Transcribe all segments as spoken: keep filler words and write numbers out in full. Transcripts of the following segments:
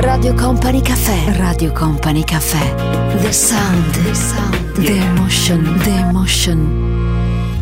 Radio Company Cafè. Radio Company Cafè. The sound. The sound. The emotion. The emotion.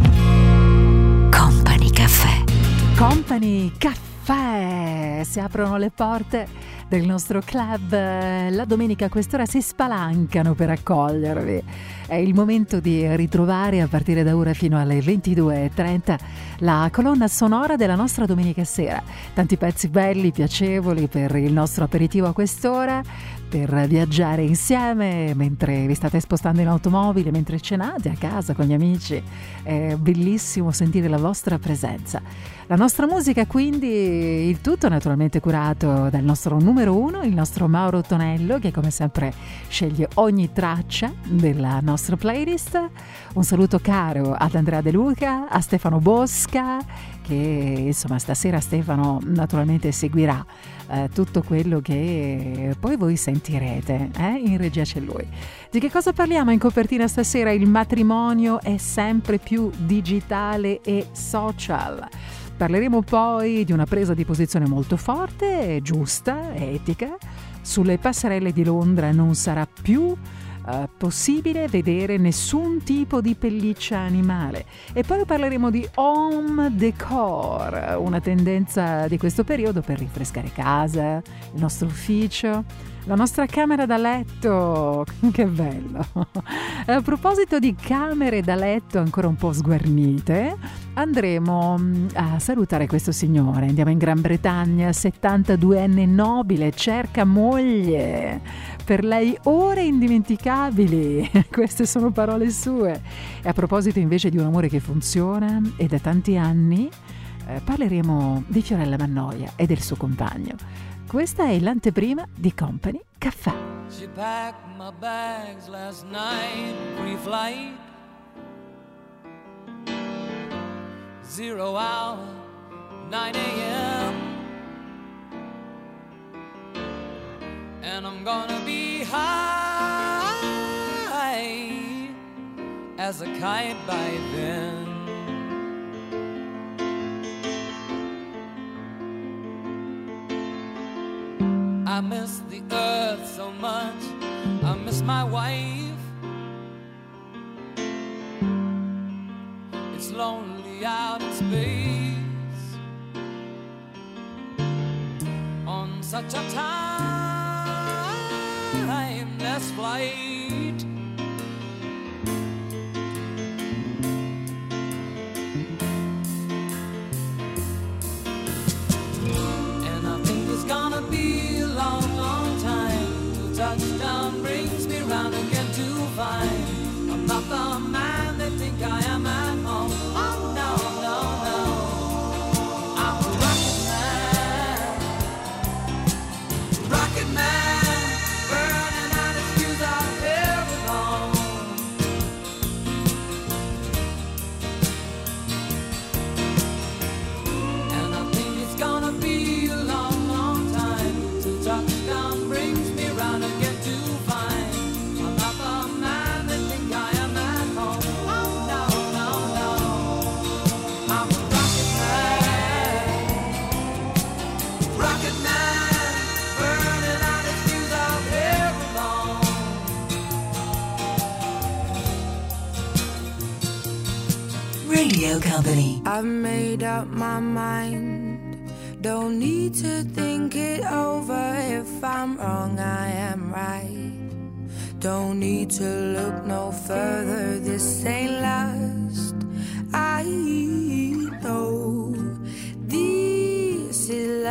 Company Cafè. Company Cafè. Si aprono le porte del nostro club. La domenica a quest'ora si spalancano per accogliervi. È il momento di ritrovare a partire da ora fino alle ventidue e trenta la colonna sonora della nostra domenica sera. Tanti pezzi belli, piacevoli per il nostro aperitivo a quest'ora, per viaggiare insieme mentre vi state spostando in automobile, mentre cenate a casa con gli amici. È bellissimo sentire la vostra presenza. La nostra musica, quindi, il tutto naturalmente curato dal nostro numero uno, il nostro Mauro Tonello, che come sempre sceglie ogni traccia della nostra playlist. Un saluto caro ad Andrea De Luca, a Stefano Bosca, che insomma stasera Stefano naturalmente seguirà eh, tutto quello che poi voi sentirete, eh? In regia c'è lui. Di che cosa parliamo in copertina stasera? Il matrimonio è sempre più digitale e social. Parleremo poi di una presa di posizione molto forte, giusta, etica. Sulle passerelle di Londra non sarà più Uh, possibile vedere nessun tipo di pelliccia animale. E poi parleremo di home decor, una tendenza di questo periodo per rinfrescare casa, il nostro ufficio, la nostra camera da letto. Che bello! A proposito di camere da letto ancora un po' sguarnite, andremo a salutare questo signore. Andiamo in Gran Bretagna, settantaduenne nobile, cerca moglie. Per lei ore indimenticabili, queste sono parole sue. E a proposito invece di un amore che funziona e da tanti anni, eh, parleremo di Fiorella Mannoia e del suo compagno. Questa è l'anteprima di Company Cafè. She packed my bags last night, pre-flight, zero hour, nine a.m. And I'm gonna be high as a kite by then. I miss the earth so much, I miss my wife. It's lonely out in space on such a timeless flight. And I think it's gonna be a long, long time till touchdown brings me round again to find I'm not the man they think I am at home. Oh no, no, no, I'm a rocket man, rocket man, burning out his fuse out there alone. And I think it's gonna be a long, long time till touchdown brings me round again to find I'm not the man they think I am at home. Oh no, no, no, I'm a rocket man, rocket man, burning out his fuse out there alone. Radio Company. I've made up my mind, don't need to think it over. If I'm wrong, I am right. Don't need to look no further, this ain't last. I know this is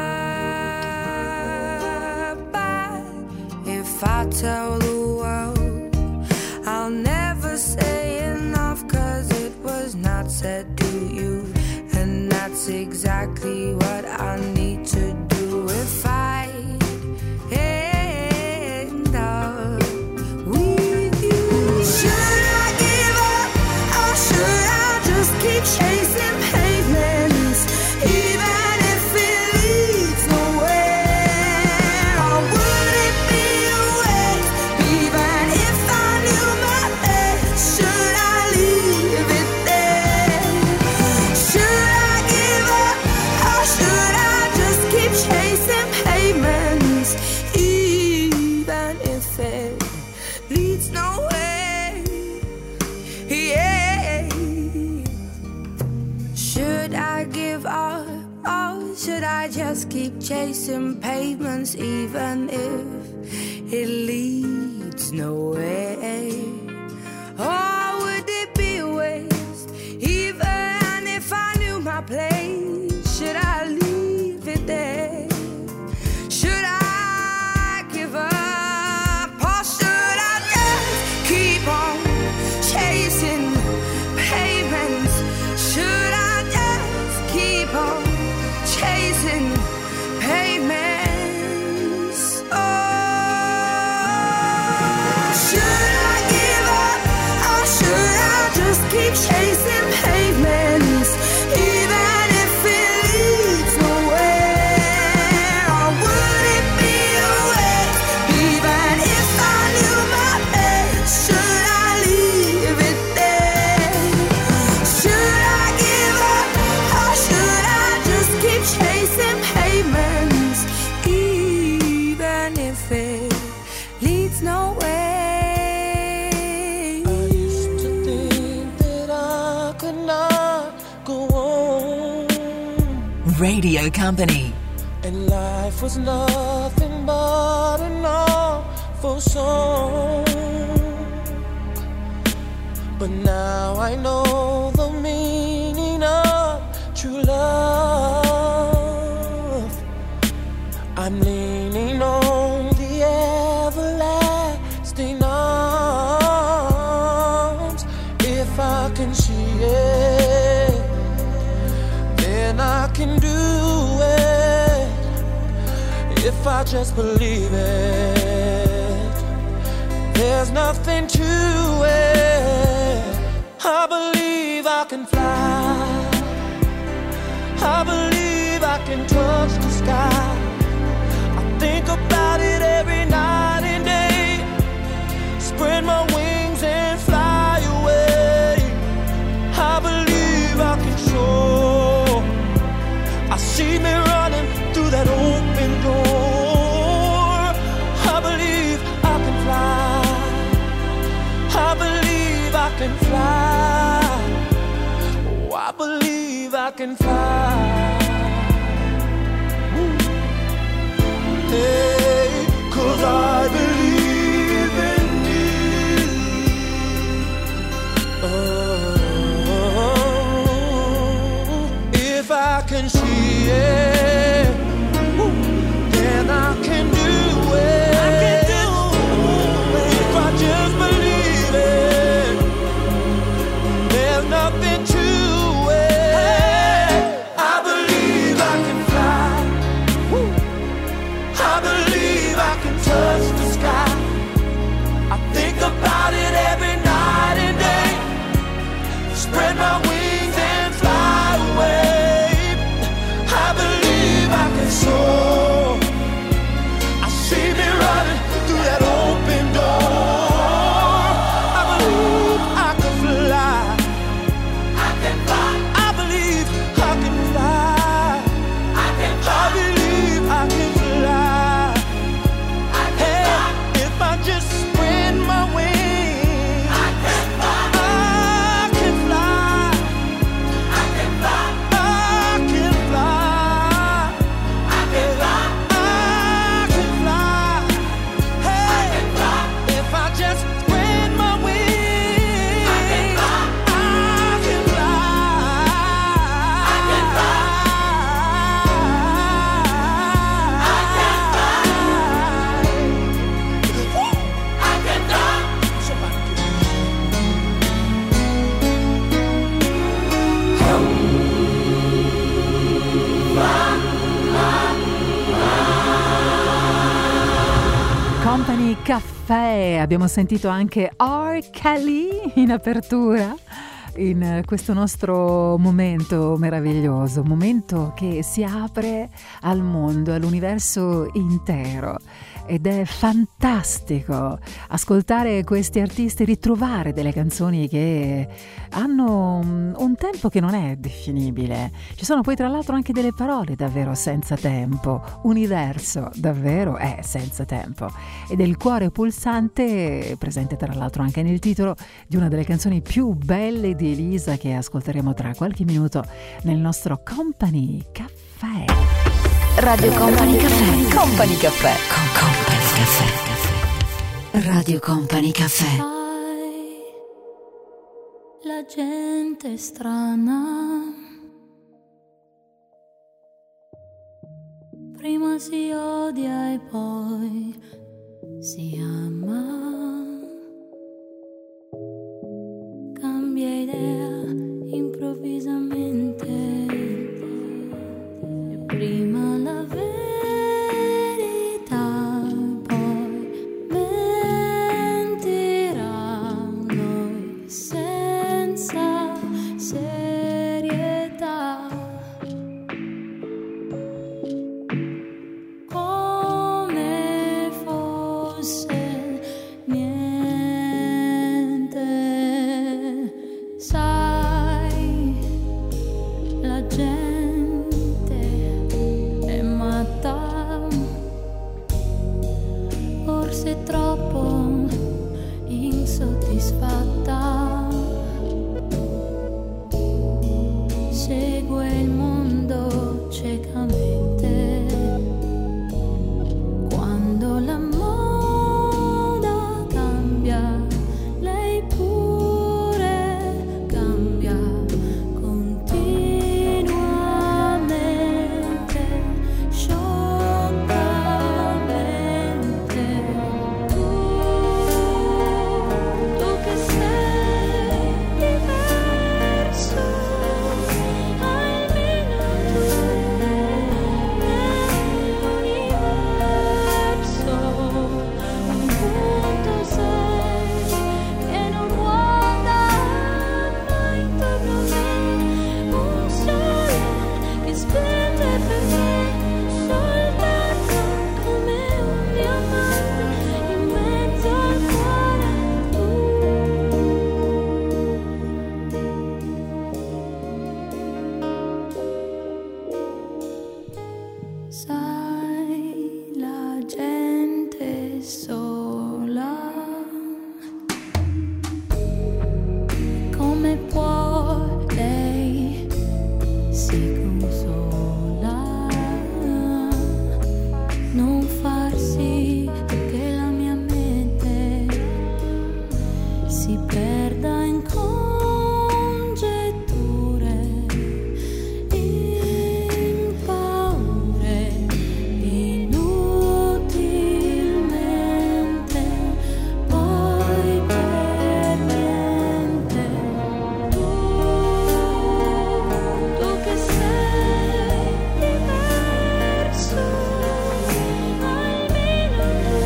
love, but if I tell the world, I'll never say enough, 'cause it was not said to you, and that's exactly what I need to do if I end up with you. Should I give up, or should I just keep chasing pavements, even if it leads nowhere? Or would it be a waste, even if I knew my best? Should I leave it there? Should I give up, or should I just just keep chasing pavements, even if it leads nowhere? Or would it be a waste, even if I knew my place? Should I leave it there? Should I give up? Or should I just keep on chasing pavements? Should I just keep on chasing pavements? Oh, should I give up, or should I just keep chasing pavements, even if it leads nowhere? Or would it be a waste, even if I knew my best? Should I leave it there? Should I give up, or should I just keep chasing pavements, even if it leads nowhere? I used to think that I could not go on, Radio Company. and life was nothing but an awful song. But now I know the meaning of true love. I'm leaning on the everlasting arms. If I can see it, then I can do it. If I just believe it, there's nothing to it. I believe I can fly. I believe I can touch the sky. I think about it every night and day. Spread my wings and fly away. I believe I can soar. I see me running through that open door. I believe I can fly. I believe I can fly. Oh, I believe I can fly. Ooh. Hey, 'cause I believe in you. Oh, if I can see it, woo, then I can do it. I can do it. If I just believe it, there's nothing to it. I believe I can fly. Woo. I believe I can touch the sky. I think about it every night and day. Spread my wings and fly away. I believe I can soar. I see me running through that open door. I believe I can fly. I can fly. I believe I can fly. I can fly. I believe I can fly. I can fly. If I just spread my wings, I can fly. I can fly. I can fly. I can fly. I can fly. I can fly. Hey, if I just spread my wings, I can fly. I can fly. I can fly. I can fly. Woo! I can fly. Somebody Company Caffè, abbiamo sentito anche R. Kelly in apertura in questo nostro momento meraviglioso, momento che si apre al mondo, all'universo intero. Ed è fantastico ascoltare questi artisti, ritrovare delle canzoni che hanno un tempo che non è definibile. Ci sono poi tra l'altro anche delle parole davvero senza tempo, universo davvero è senza tempo, ed è il cuore pulsante, presente tra l'altro anche nel titolo di una delle canzoni più belle di Elisa, che ascolteremo tra qualche minuto nel nostro Company Caffè. Radio Company Cafè. Company Cafè. Con Company Cafè. Radio Company Cafè. La gente è strana. Prima si odia e poi si ama. Cambia idea improvvisamente. E prima la verità, poi mentirà. Noi senza serietà. Come fosse niente. Sai, la gente è matta, forse troppo insoddisfatta. Segue il mondo ciecamente. Quando la moda cambia, lei pure cambia continuamente, scioccamente. Tu, tu che sei diverso, almeno tu nell'universo. Un punto sei che non ruota mai intorno a me. Un sole che splende per me soltanto come un diamante in mezzo al cuore. Tu sai, la gente è sola. Come può lei si consola? Non far sì che la mia mente si perda in congetture, in paure, inutilmente, poi per niente. Tu, tu che sei diverso, almeno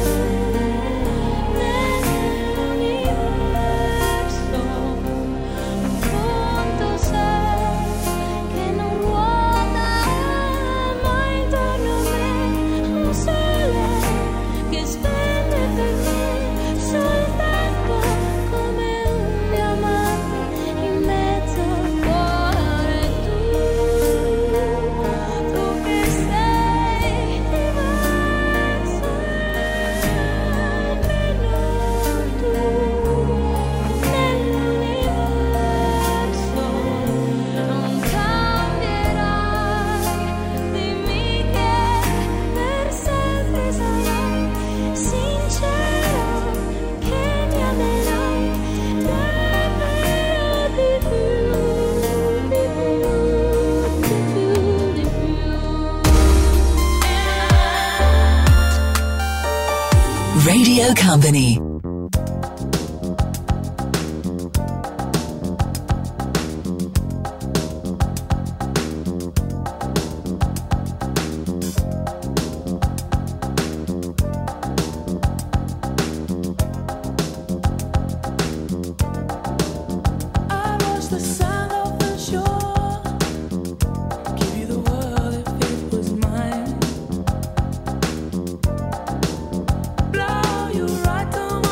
nell'universo. Un punto sei che non ruota mai intorno a me. Un sole che splende per me soltanto come un diamante in mezzo al cuore. Tu, tu che sei diverso, almeno tu nell'universo. Non cambierai, dimmi che per sempre sarai sincero, che mi amerai davvero di più, di più, di più, di più. Radio Company. I was the sound of the shore, give you the world if it was mine. Blow you right to my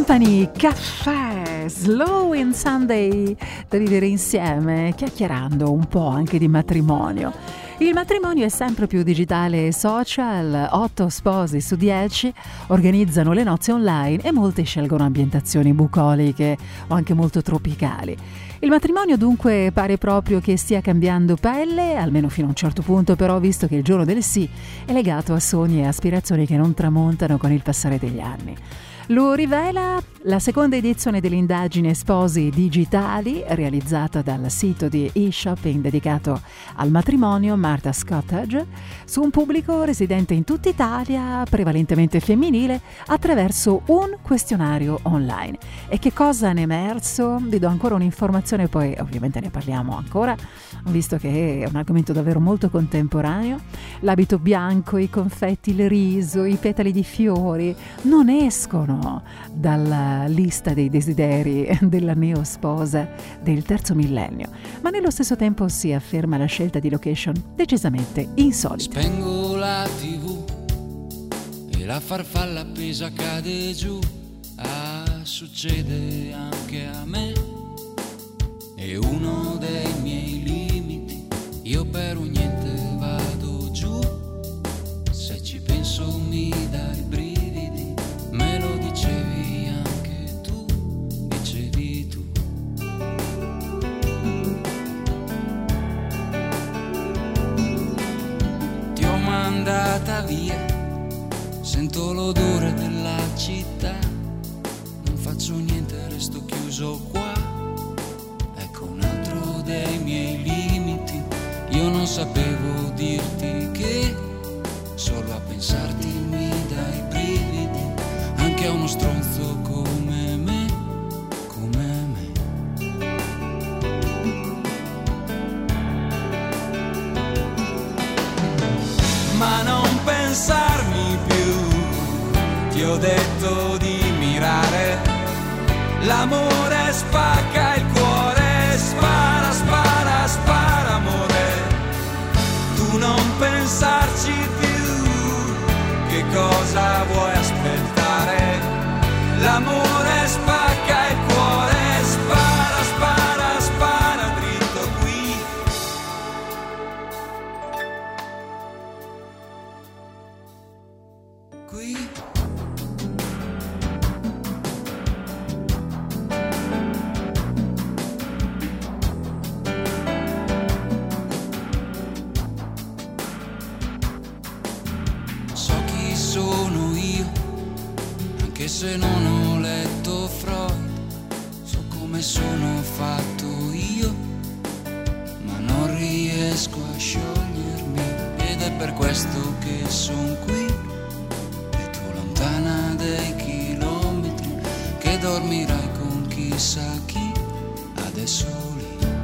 Company Caffè, Slow and Sunday, da vivere insieme, chiacchierando un po' anche di matrimonio. Il matrimonio è sempre più digitale e social, otto sposi su dieci organizzano le nozze online e molti scelgono ambientazioni bucoliche o anche molto tropicali. Il matrimonio dunque pare proprio che stia cambiando pelle, almeno fino a un certo punto, però, visto che il giorno del sì è legato a sogni e aspirazioni che non tramontano con il passare degli anni. Lo rivela la seconda edizione dell'indagine Sposi Digitali, realizzata dal sito di e-shopping dedicato al matrimonio Martha's Cottage, su un pubblico residente in tutta Italia, prevalentemente femminile, attraverso un questionario online. E che cosa ne è emerso? Vi do ancora un'informazione, poi ovviamente ne parliamo ancora, visto che è un argomento davvero molto contemporaneo. L'abito bianco, i confetti, il riso, i petali di fiori non escono dalla lista dei desideri della neosposa del terzo millennio, ma nello stesso tempo si afferma la scelta di location decisamente insolite. Spengo la tivù e la farfalla appesa cade giù. Ah, succede anche a me. È uno dei miei limiti. Io per un niente vado giù. Se ci penso mi dai brividi. Me lo dicevi anche tu, dicevi tu. Ti ho mandata via, sento l'odore della città. Non faccio niente, resto chiuso qua. Ecco un altro dei miei limiti. Io non sapevo dirti che solo a pensarti mi dai brividi. Anche a uno stronzo come me, come me. Ma non pensarmi più, ti ho detto di mirare. L'amore spacca il cuore, spara, spara, spara amore. Tu non pensarci più, che cosa vuoi aspettare? L'amore spacca il cuore, spara, spara, spara dritto qui. Qui. So chi sono io, anche se non ho letto Freud. So come sono fatto io, ma non riesco a sciogliermi. Ed è per questo che son qui. E tu lontana dei chilometri, che dormirai con chissà chi, adesso lì.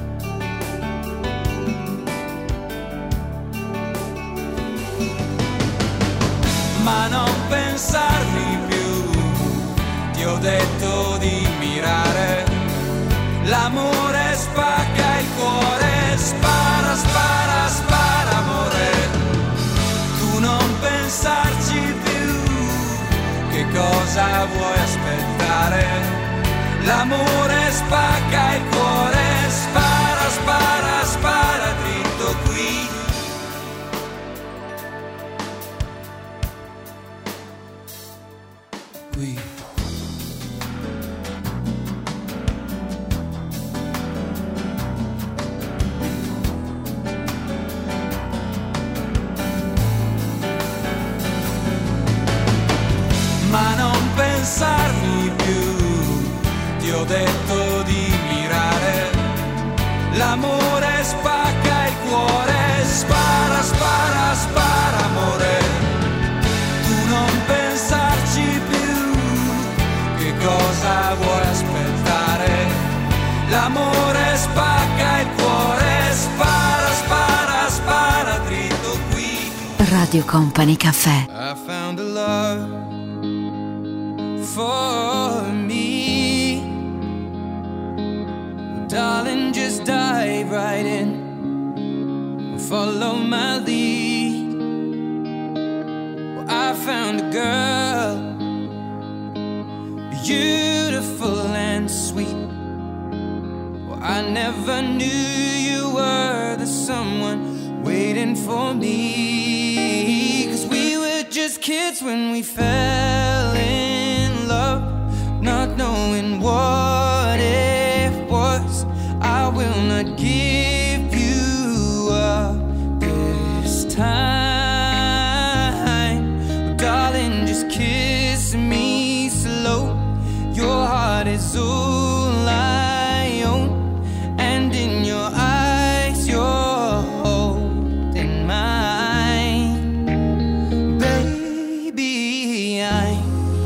Ma non pensarmi più, ti ho detto di mirare. L'amore spacca il cuore, spara, spara, spara amore. Tu non pensarci più, che cosa vuoi aspettare? L'amore spacca il cuore, spara, spara, spara dritto qui. Qui. Ma non pensarmi più, ti ho detto di mirare. L'amore spacca il cuore, spara, spara, spara amore. Tu non pensarci più, che cosa vuoi aspettare? L'amore spacca il cuore, spara, spara, spara dritto qui. Radio Company Caffè. I found a love for me. Darling, just dive right in, follow my lead. Well, I found a girl beautiful and sweet. Well, I never knew you were the someone waiting for me. 'Cause we were just kids when we fell in love, not knowing what it was. I will not give you up this time, oh, darling, just kiss me slow. Your heart is all I own, and in your eyes you're holding mine. Baby, I'm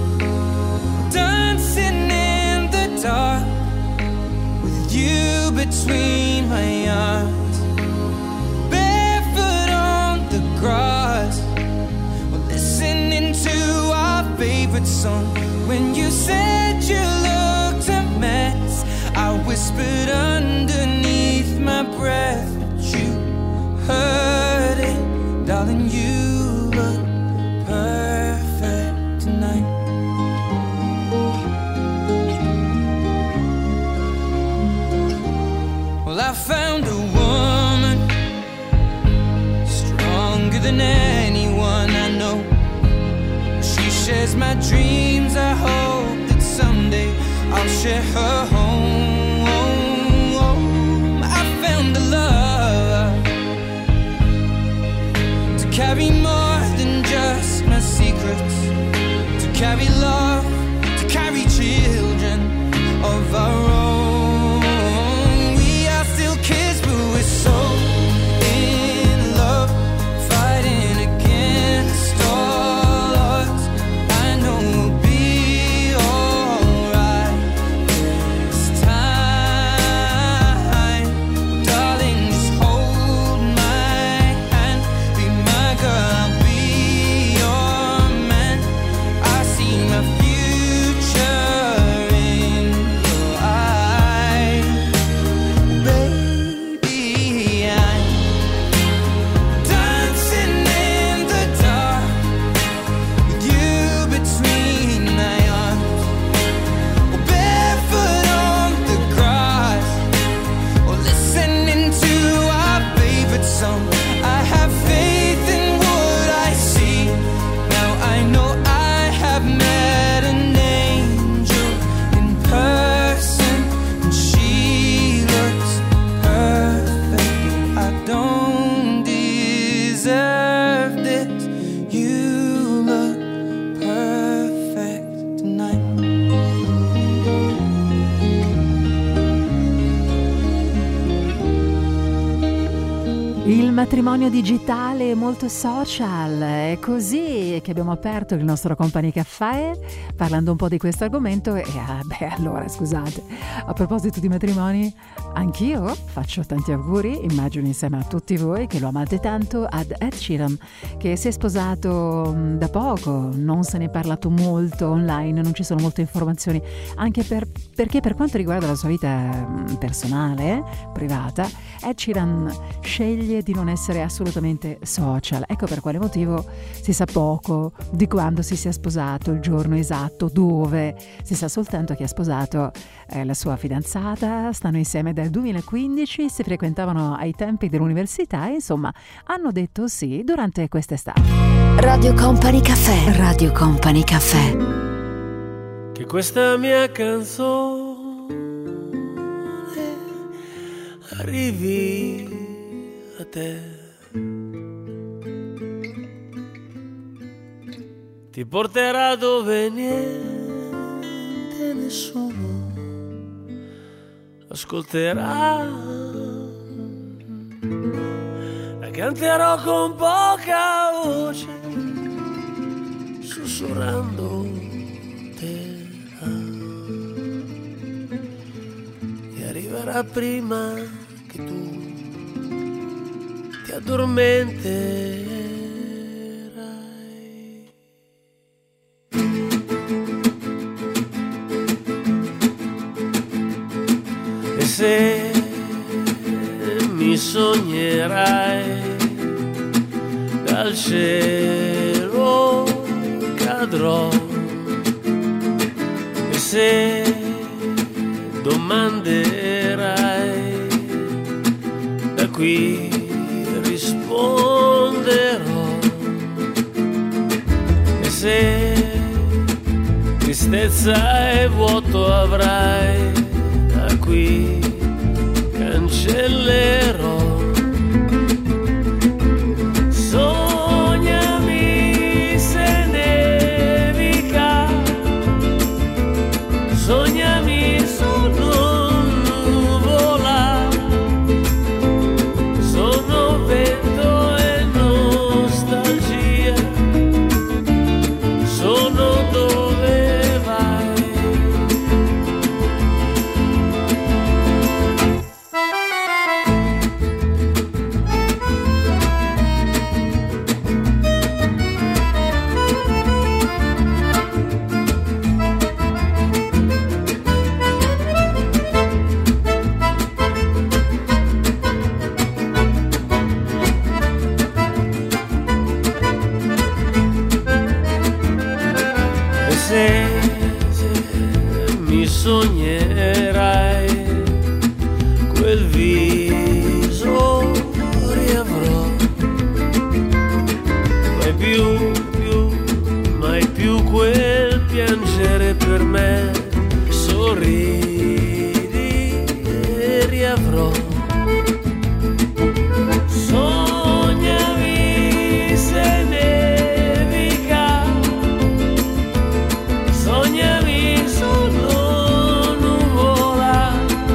dancing in the dark with you between my arms, barefoot on the grass, we're listening to our favorite song. When you said you looked a mess, I whispered underneath my breath, but you heard it, darling, you look perfect tonight. Well, I found a woman stronger than anyone I know. She shares my dreams. I hope that someday I'll share her home. I found a love to carry more than just my secrets, to carry love, to carry children of our own. We are still kids, but we're so in love, fighting against all odds. I know we'll be alright this time. Darling, just hold my hand, be my girl, I'll be your man. I see my future in your eyes. Baby, I'm dancing in the dark with you between my arms, or barefoot on the grass, or listening to our favorite song. I have faith in what I see. Now I know I have met an angel in person, and she looks perfect. I don't deserve this. You look perfect tonight. Il matrimonio digitale è molto social, è così che abbiamo aperto il nostro Company Caffè parlando un po' di questo argomento. E ah, beh, allora scusate, a proposito di matrimoni, anch'io faccio tanti auguri, immagino insieme a tutti voi che lo amate tanto, ad Ed Sheeran, che si è sposato mh, da poco. Non se ne è parlato molto online, non ci sono molte informazioni, anche per, perché per quanto riguarda la sua vita mh, personale, privata, Ed Sheeran sceglie di non essere assolutamente social. Ecco per quale motivo si sa poco di quando si sia sposato, il giorno esatto, dove. Si sa soltanto che ha sposato eh, la sua fidanzata, stanno insieme dal duemilaquindici, si frequentavano ai tempi dell'università e insomma hanno detto sì durante quest'estate. Radio Company Caffè. Radio Company Caffè. Che questa mia canzone arrivi a te, ti porterà dove niente, nessuno ascolterà. La canterò con poca voce, sussurrando te, e arriverà prima che tu ti addormenterai. E se mi sognerai, dal cielo cadrò, e se domanderai, da qui risponderò. E se tristezza e vuoto avrai, da qui cancellerò. Sognami se nevica, sognami sono nuvola, sono vento e nostalgia, sono dove vai. Se, se mi sognerai, quel viso riavrò, mai più, più, mai più quel piangere per me, sorridi e riavrò. Sognami se nevica, sognami sono nuvola,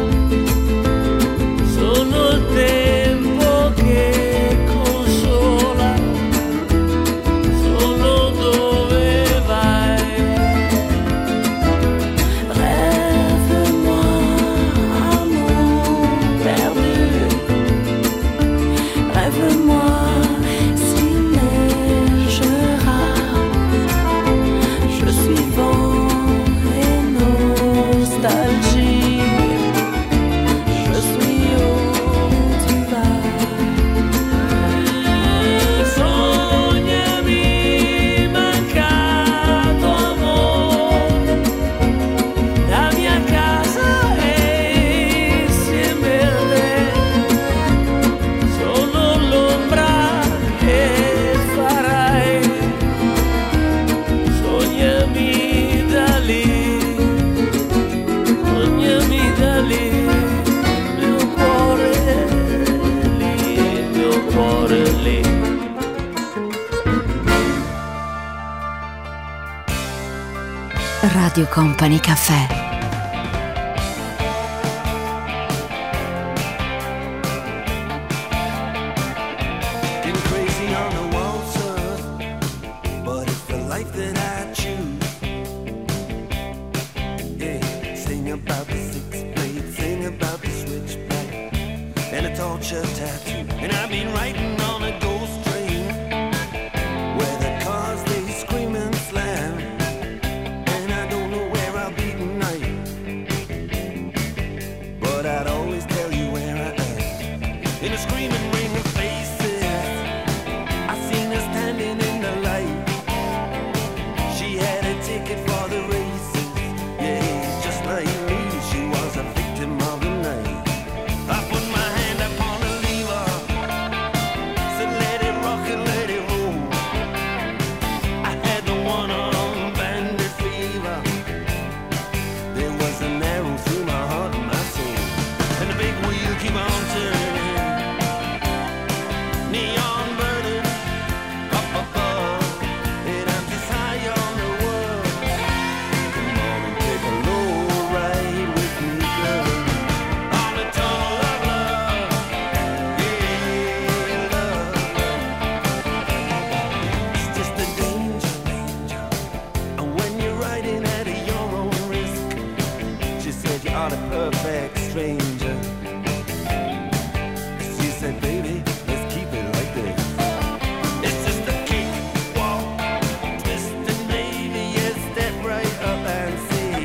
sono il tempo che consola, sono dove vai. Rêve-moi, amour perdu. Rêve-moi s'il neigera. Je suis vent et nostalgie. Je suis où tu vas. Sognami mancato amore, la mia casa è insieme a te, sono l'ombra che farai. Sognami da lì, sognami da lì, il mio cuore lì, il mio cuore lì. Radio Company Cafè. Getting crazy on the waltzer, but it's the life that I choose. Yeah, sing about the six blade, sing about the switchback, and a torture tattoo. And I've been writing on a ghost train, where the cars they scream and slam, and I don't know where I'll be tonight, but I'd always tell you where I am. In a screaming ring of faces, I seen her standing in the light. She had a ticket for the races, yeah, just like me, she was a victim of the night. I put my hand upon the lever, said let it rock and let it roll. I had the one-armed bandit fever, there was an arrow through my heart and my soul, and the big wheel keep on turning. Neon burning up above, and I'm just high on the world. Come on and take a low ride with me, girl, on the tunnel of love, yeah, love. It's just a danger, danger, and when you're riding at your own risk. She said you are the perfect stranger. She said, baby, let's keep it like this. It's just a kick, walk, twist, and maybe a step right up and see.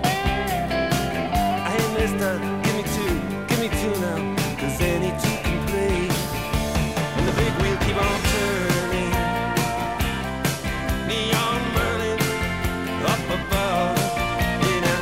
Hey, mister, give me two, give me two now, 'cause any two can play. And the big wheel keep on turning, neon burning up above, and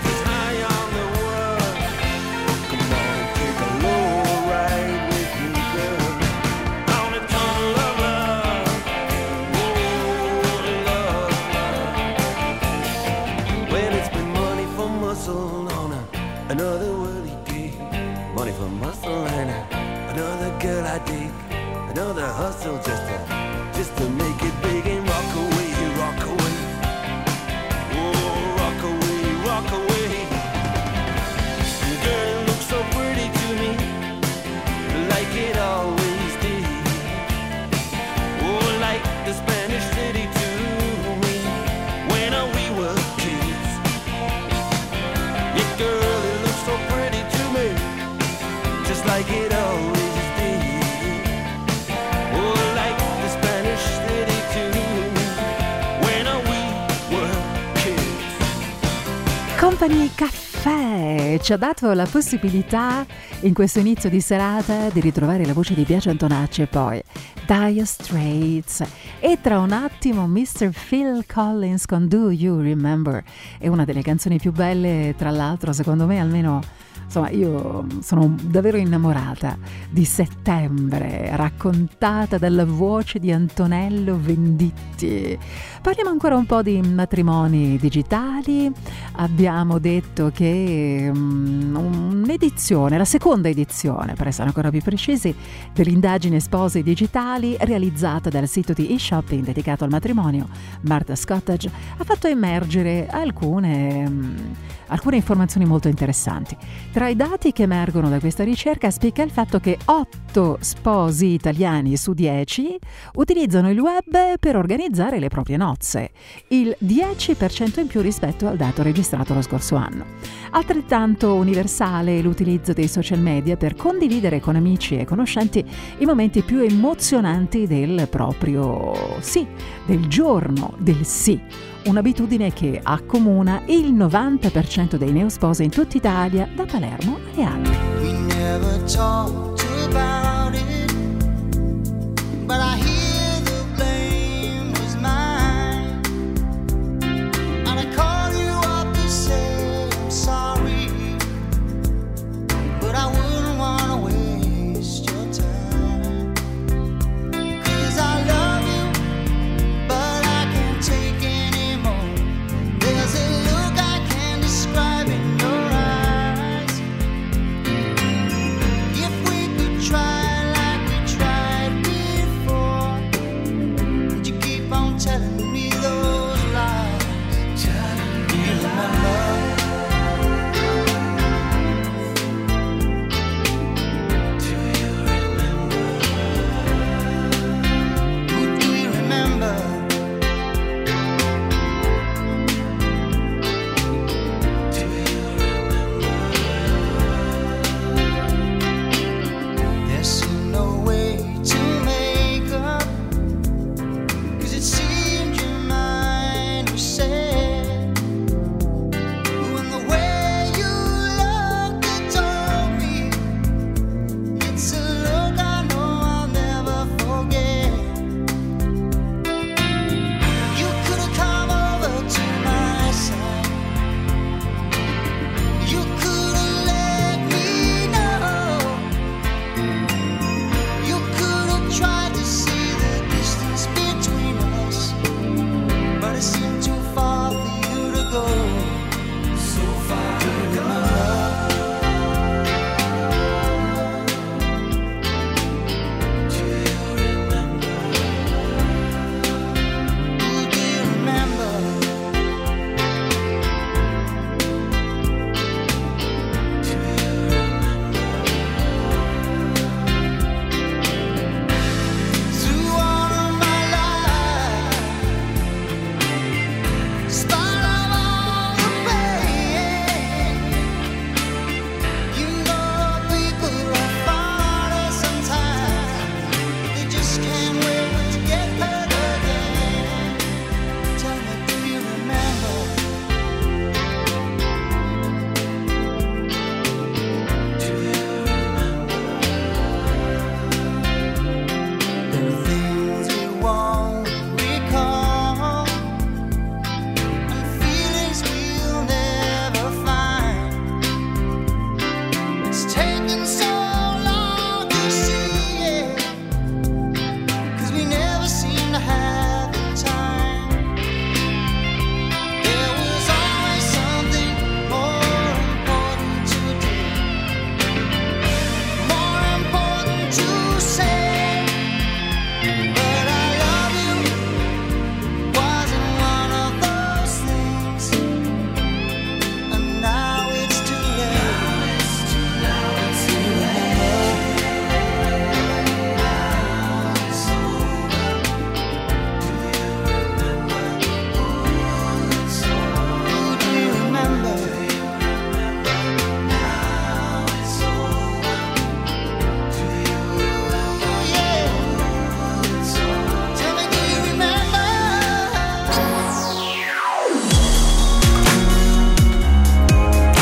another whirly gig, money from Mussolina, another girl I dig, another hustle just to, just to make it big and rock away, rock away, oh, rock away, rock away. Girl, it looks so pretty to me, like it always did, oh, like the Spanish city to me, when we were kids. Yeah, girl, it looks so pretty to me, just like it always did. Oh, like the Spanish city to me, when we were kids. Company Caffè ci ha dato la possibilità in questo inizio di serata di ritrovare la voce di Biagio Antonacci e poi Dire Straits, e tra un attimo mister Phil Collins con Do You Remember, è una delle canzoni più belle, tra l'altro secondo me, almeno insomma io sono davvero innamorata di Settembre, raccontata dalla voce di Antonello Venditti. Parliamo ancora un po' di matrimoni digitali. Abbiamo detto che um, un'edizione, la seconda edizione per essere ancora più precisi, dell'indagine Spose digitali realizzata dal sito di e-shopping dedicato al matrimonio Martha's Cottage ha fatto emergere alcune, um, alcune informazioni molto interessanti. Tra i dati che emergono da questa ricerca spicca il fatto che otto sposi italiani su dieci utilizzano il web per organizzare le proprie nozze, il dieci per cento in più rispetto al dato registrato lo scorso anno. Altrettanto universale è l'utilizzo dei social media per condividere con amici e conoscenti i momenti più emozionanti del proprio sì, del giorno del sì. Un'abitudine che accomuna il novanta per cento dei neosposi in tutta Italia, da Palermo alle Alpi. We never talked about it, but I hear the blame was mine. And I call you up to say I'm sorry, but I wouldn't want to waste your time. 'Cause I love you, but I can't take anymore. There's a look I can't describe in your eyes. If we could try like we tried before,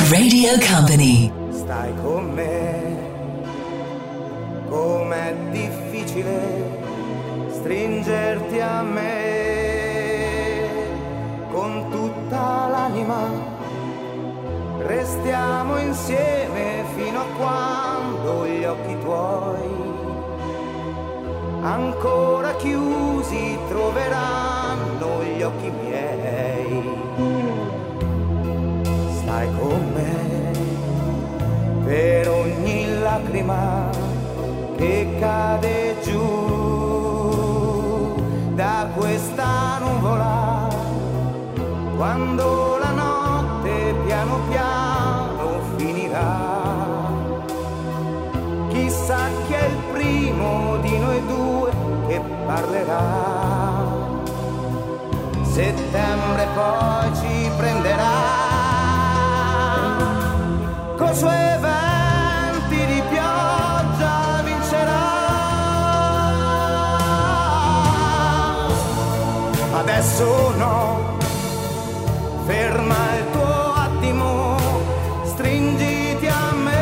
Radio Company. Stai con me, com'è difficile stringerti a me con tutta l'anima. Restiamo insieme fino a quando gli occhi tuoi ancora chiusi troveranno gli occhi miei. Stai con me per ogni lacrima che cade giù da questa nuvola, quando la notte piano piano finirà. Chissà chi è il primo di noi due che parlerà. Settembre poi ci prenderà coi suoi venti di pioggia, vincerà. Adesso no, ferma il tuo attimo, stringiti a me.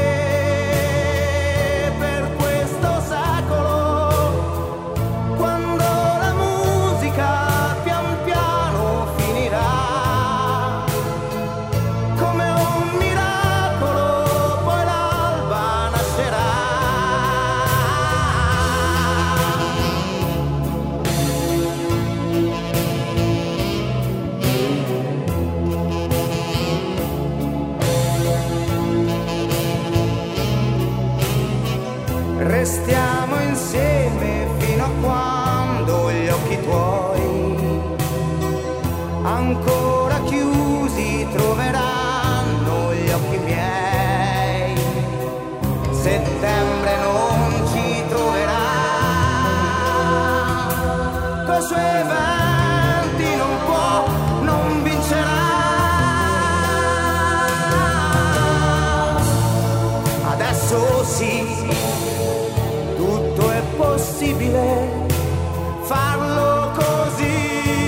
Per questo secolo, quando la musica pian piano finirà, come un miracolo poi l'alba nascerà. Restiamo insieme fino a quando gli occhi tuoi ancora chiusi troveranno gli occhi miei. Settembre non ci troverà, coi suoi venti non può, non vincerà. Adesso sì, tutto è possibile farlo così,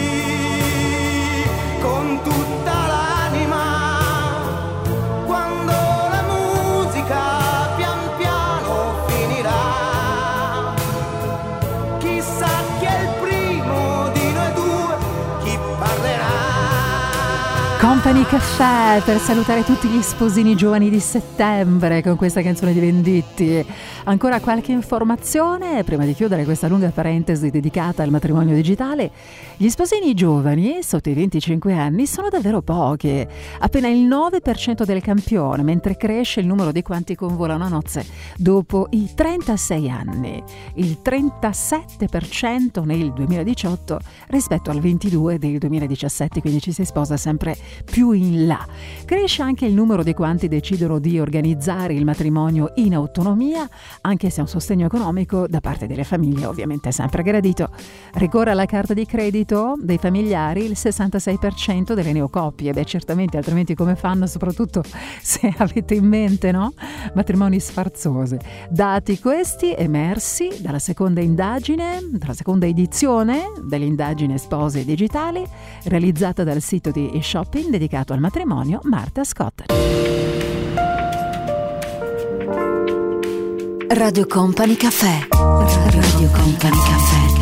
con tutta l'anima, quando la musica pian piano finirà. Chissà chi è il primo di noi due, chi parlerà. Company Caffè per salutare tutti gli sposini giovani di settembre con questa canzone di Venditti. Ancora qualche informazione prima di chiudere questa lunga parentesi dedicata al matrimonio digitale. Gli sposini giovani sotto i venticinque anni sono davvero pochi, appena il nove per cento del campione, mentre cresce il numero di quanti convolano a nozze dopo i trentasei anni, il trentasette per cento nel duemiladiciotto rispetto al ventidue del duemiladiciassette, quindi ci si sposa sempre più in là. Cresce anche il numero di quanti decidono di organizzare il matrimonio in autonomia, anche se un sostegno economico da parte delle famiglie ovviamente è sempre gradito. Ricorre alla carta di credito dei familiari il sessantasei per cento delle neocoppie. Beh, certamente, altrimenti come fanno, soprattutto se avete in mente, no? Matrimoni sfarzosi. Dati questi emersi dalla seconda indagine, dalla seconda edizione dell'indagine Spose Digitali, realizzata dal sito di e-shopping dedicato al matrimonio Marta Scott. Radio Company Caffè. Radio Company Caffè.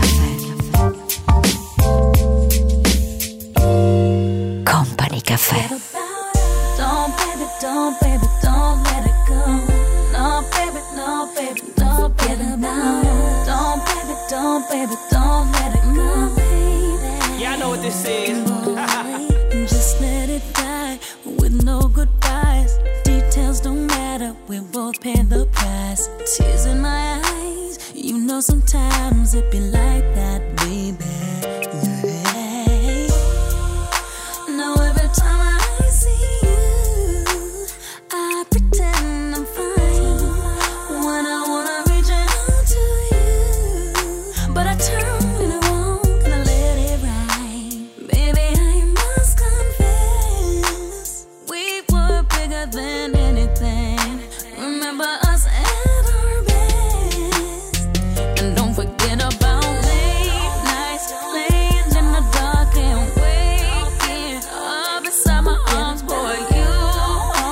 Company Caffè. Don't baby, don't baby, don't let it go. No baby, no baby, don't forget about it. Don't baby, don't baby, don't let it go, baby. Yeah, I know what this is. Just let it die with no goodbyes. Details don't matter, we both pay the price. Tears in my eyes, you know sometimes it be like that, baby. Yeah. Now every time I see you, I pretend I'm fine. When I wanna reach out to you, but I turn when I won't, and I let it ride. Baby, I must confess, we were bigger than anything. Remember us at our best, and don't forget about late nights, laying in the dark and waking up inside my arms, boy, you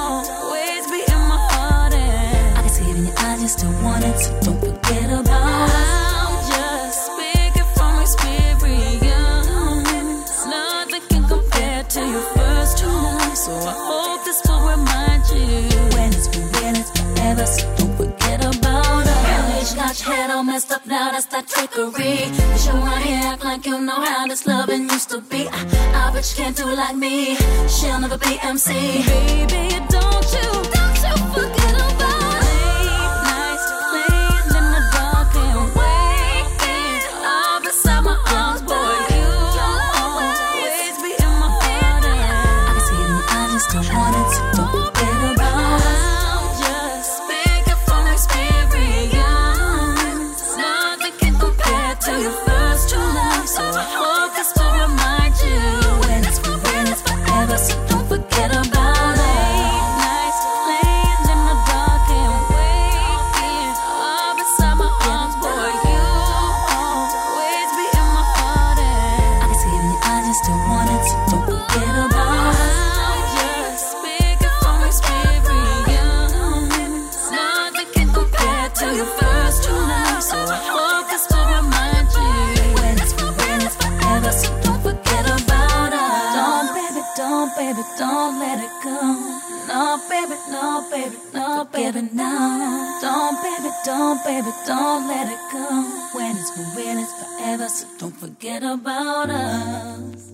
just still want it, so don't forget about us. I'm just speaking from experience. Nothing can compare to your first true love, so I hope this will remind you when it's been real, it's forever, so don't forget about us. You got your head all messed up now, that's that trickery. You show out here, act like you know how this loving used to be. I, I bet you can't do it like me. She'll never be M C. Baby, don't you, don't you forget about it. Late nights, laying in the dark and waiting all beside my arms, boy. You always be in my heart. I can see it in your eyes, you still want it, so don't forget about it. I'm just speaking from experience. Nothing can compare to your first true love, so I hope this will remind you when it's for real, it's forever, so don't forget about it. Late nights, laying in the dark and waiting all beside my arms, boy. You always be in my heart. I can see it in your eyes, you still want it, so don't forget about it. I'm just speaking from experience. Nothing can compare to your first true love, so I hope this will remind you when it's for real, it's forever, so don't forget about us. Don't, baby, don't, baby, don't let it go. No, baby, no, baby, no, baby, no. Don't, baby, don't, baby, don't let it go. When it's for real, it's forever, so don't forget about us.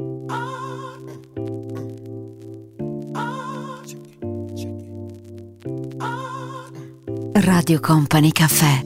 Radio Company Café.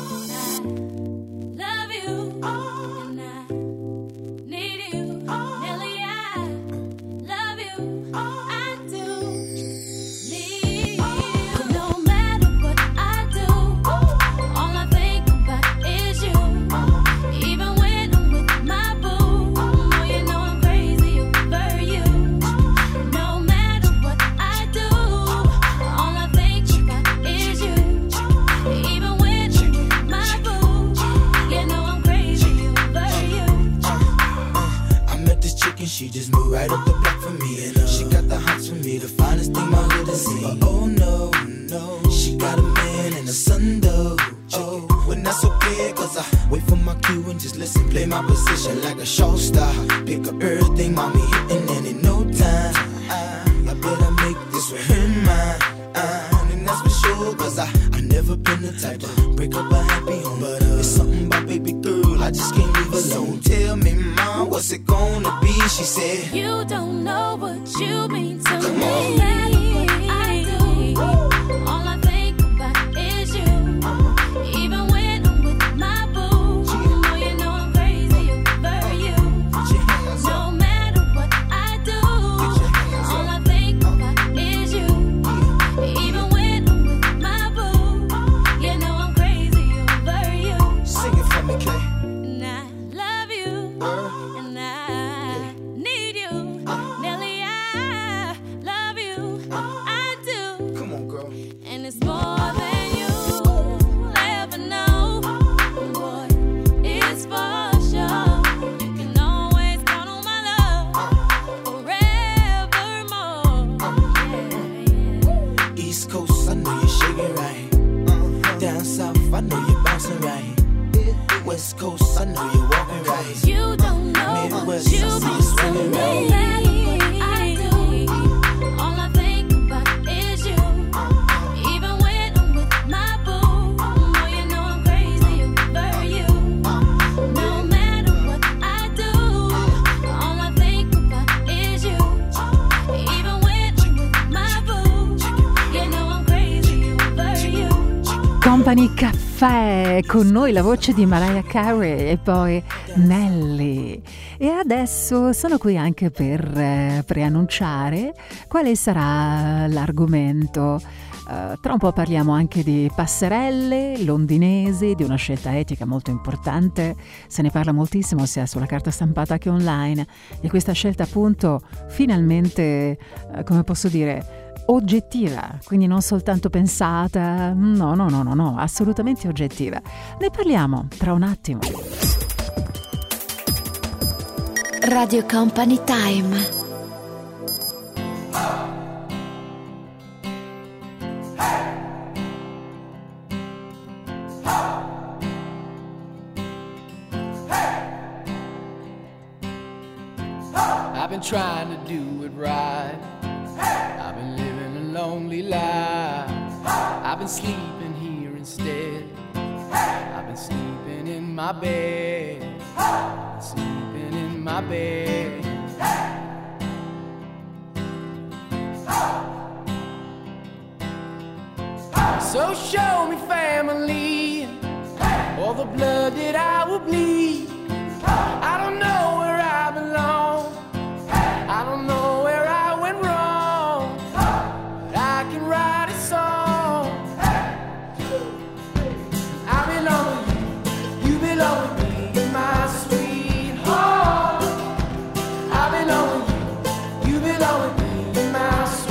Love you, and I need you, Nelly. I love you, I do need you. No matter what I do, all I think about is you. Even when I'm with my boo, oh, you know I'm crazy over you. No matter what I do, all I think about is you. Even when I'm with my boo, you know I'm crazy over you. I met this chick and she just moved right up the block for me. And uh, she got the hots for me, the finest thing my hood has seen. But oh no, no, she got a man and a son though. Oh, well that's okay, cause I wait for my cue and just listen, play my position like a show star. Pick up everything, mommy hitting, and in no time I, I better make this with her mine. Uh, and that's for sure, cause I, I never been the type to break up a happy home. But uh, it's something about baby girl, I just can't leave alone. Tell me, mom, what's it gonna be? She said, You don't know what you mean to Come me. on. No matter what I do, all I think about is you. Even when I'm with my boo, oh, you know I'm crazy over you. put your hands No up. matter what I do, all I think about is you. Even when I'm with my boo, you know I'm crazy over you. Sing it for me, Kay. And I love you, and I need you, Nelly. I love you, I do, Come on, girl. and it's more than you'll ever know. Boy, it's for sure. You can always count on my love forevermore. Yeah, East Coast, I know you're shaking right. Down south, I know you're bouncing right. West Coast, I know you're walking right. you don't know what Midwest, you I see mean you to swinging me. right. No matter what I do, all I think about is you. Even when I'm with my boo, oh, you know I'm crazy over you. No matter what I do, all I think about is you. Even when I'm with my boo, you know I'm crazy over you. Company Café, con noi la voce di Mariah Carey e poi Nelly. E adesso sono qui anche per eh, preannunciare quale sarà l'argomento. Eh, tra un po' parliamo anche di passerelle londinesi, di una scelta etica molto importante. Se ne parla moltissimo sia sulla carta stampata che online, e questa scelta appunto finalmente, eh, come posso dire, oggettiva, quindi non soltanto pensata, no, no, no, no, no, assolutamente oggettiva. Ne parliamo tra un attimo. Radio Company Time. been trying to do it right. I've been living a lonely life. I've been sleeping here instead. I've been sleeping in my bed. Sleeping in my bed. So show me family, all the blood that I will bleed. I don't know where I belong. I don't know where I went wrong. But I can write a song. I belong with you, you belong with me, you're my sweetheart. I belong with you, you belong with me, you're my sweetheart.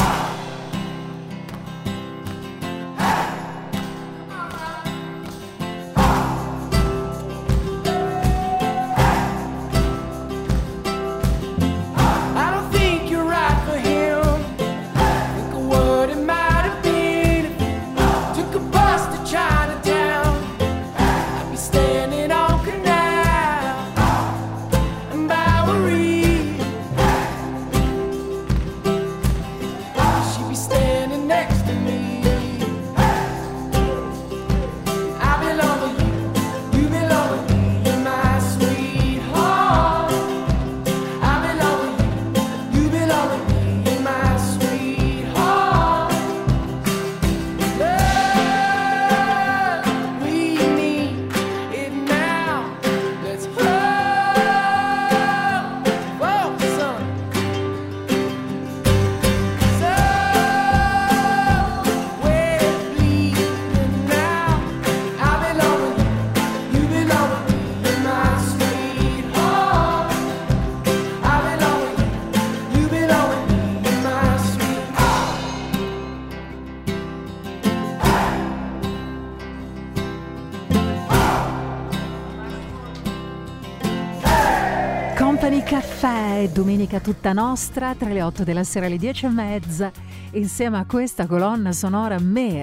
Caffè, domenica tutta nostra, tra le otto della sera e le dieci e mezza, insieme a questa colonna sonora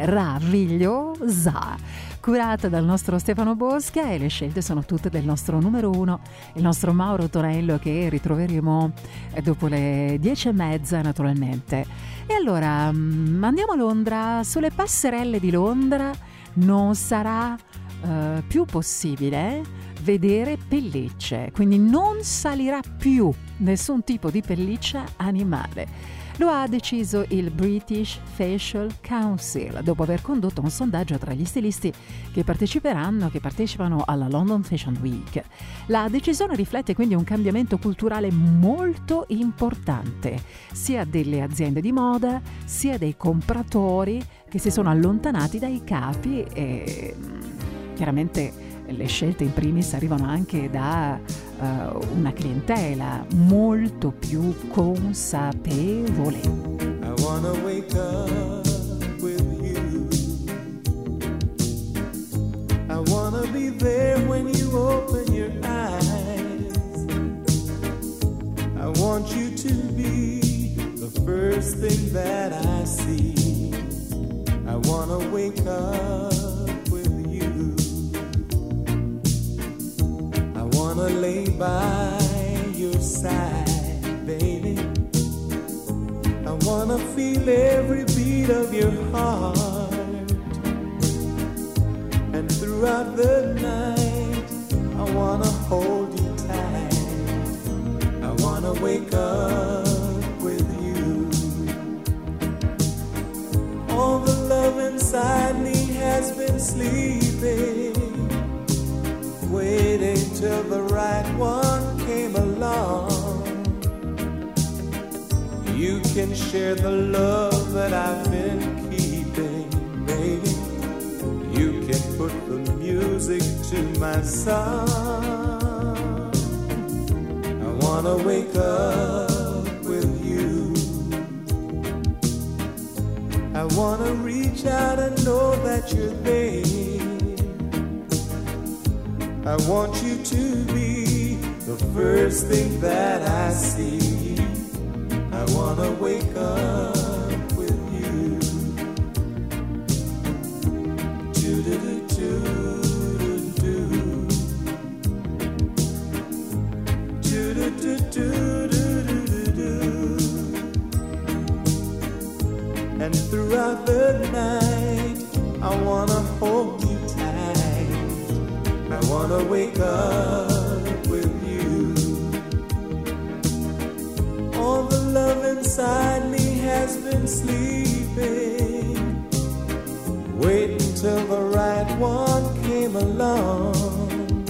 meravigliosa, curata dal nostro Stefano Bosca, e le scelte sono tutte del nostro numero uno, il nostro Mauro Tonello, che ritroveremo dopo le dieci e mezza naturalmente. E allora andiamo a Londra. Sulle passerelle di Londra non sarà uh, più possibile vedere pellicce, quindi non salirà più nessun tipo di pelliccia animale. Lo ha deciso il British Facial Council dopo aver condotto un sondaggio tra gli stilisti che parteciperanno, che partecipano alla London Fashion Week. La decisione riflette quindi un cambiamento culturale molto importante, sia delle aziende di moda, sia dei compratori che si sono allontanati dai capi e chiaramente le scelte in primis arrivano anche da uh, una clientela molto più consapevole. I wanna wake up with you. I wanna be there when you open your eyes. I want you to be the first thing that I see. I wanna wake up with you. I wanna lay by your side, baby. I wanna feel every beat of your heart. And throughout the night, I wanna hold you tight. I wanna wake up with you. All the love inside me has been sleeping, waiting till the right one came along. You can share the love that I've been keeping, baby. You can put the music to my song. I wanna wake up with you. I wanna reach out and know that you're there. I want you to be the first thing that I see. I wanna wake up with you. Do-do-do-do-do-do. Do-do-do-do-do-do. And throughout the night, I wanna hold you tight. I wanna wake up with you. All the love inside me has been sleeping, waiting till the right one came along.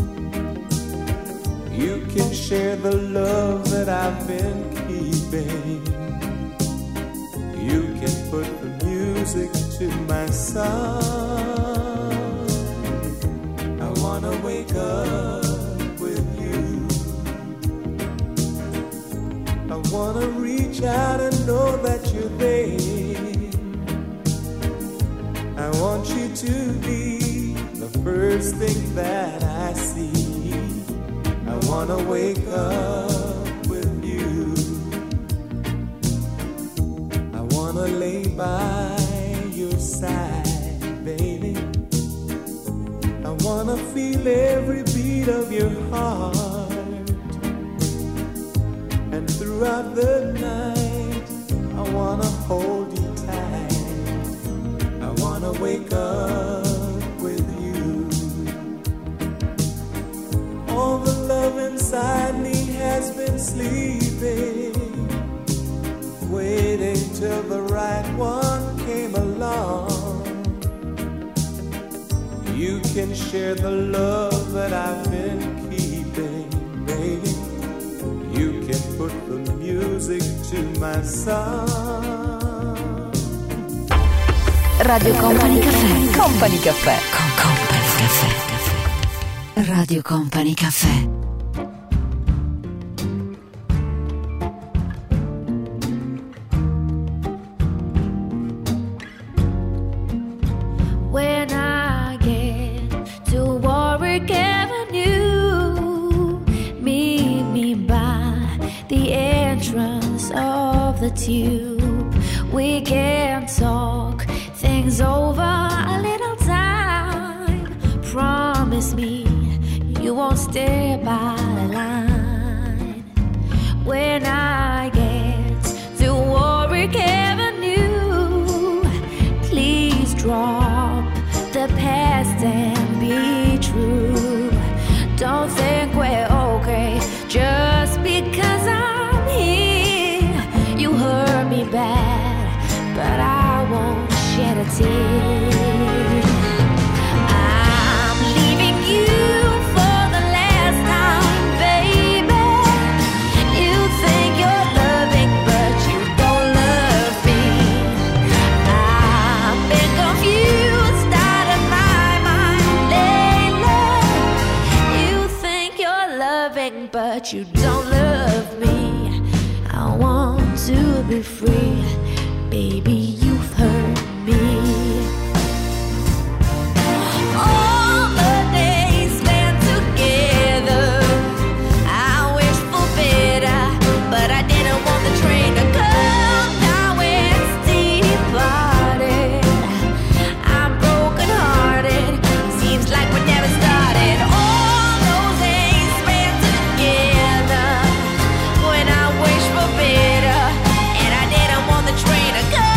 You can share the love that I've been keeping. You can put the music to my song. I wanna wake up with you. I wanna reach out and know that you're there. I want you to be the first thing that I see. I wanna wake up with you. I wanna lay by your side, baby. I wanna feel every beat of your heart. And throughout the night, I wanna hold you tight. I wanna wake up with you. All the love inside me has been sleeping, waiting till the right one came along. You can share the love that I've been keeping, baby. You can put the music to my song. Radio Company Cafè. Company Cafè. Con Company Cafè. Radio Company Cafè. When I get to Warwick Avenue, meet me by the entrance of the tube. We can talk things over a little time. Promise me you won't stay by the line. When I get to Warwick Avenue, please drop the past and be true. Don't think we're okay just because I'm here. You hurt me bad, but I won't shed a tear. I'm leaving you for the last time, baby. You think you're loving, but you don't love me. I've been confused out of my mind lately. You think you're loving, but you don't love me. I want to be free, baby, you've hurt me. All the days spent together, I wish for better, but I didn't want the train to come. Now it's departed. I'm broken hearted. Seems like we never started. All those days spent together, when I wish for better, and I didn't want the train to come.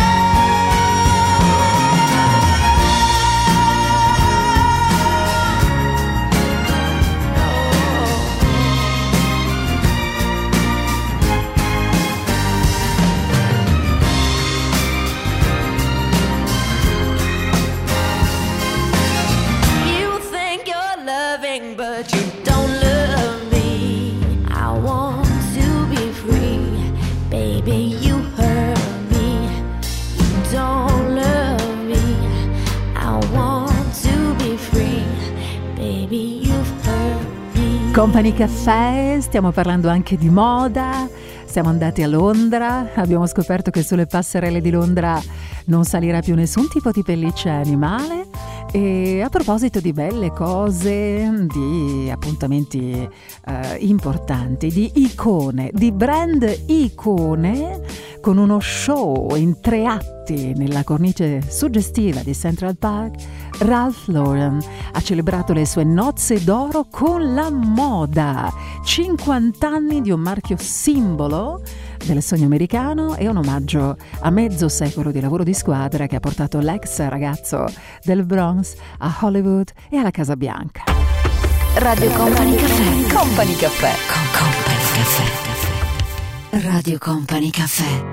You think you're loving, but you don't love me. I want to be free, baby, you hurt me. You don't love me. I want to be free, baby, you've hurt me. Company Cafè, stiamo parlando anche di moda. Siamo andati a Londra, abbiamo scoperto che sulle passerelle di Londra non salirà più nessun tipo di pelliccia animale. E a proposito di belle cose, di appuntamenti eh, importanti, di icone, di brand icone, con uno show in tre atti nella cornice suggestiva di Central Park, Ralph Lauren ha celebrato le sue nozze d'oro con la moda. cinquanta anni di un marchio simbolo del sogno americano e un omaggio a mezzo secolo di lavoro di squadra che ha portato l'ex ragazzo del Bronx a Hollywood e alla Casa Bianca. Radio Company Cafè. Company Cafè. Con Company Cafè. Radio Company Cafè.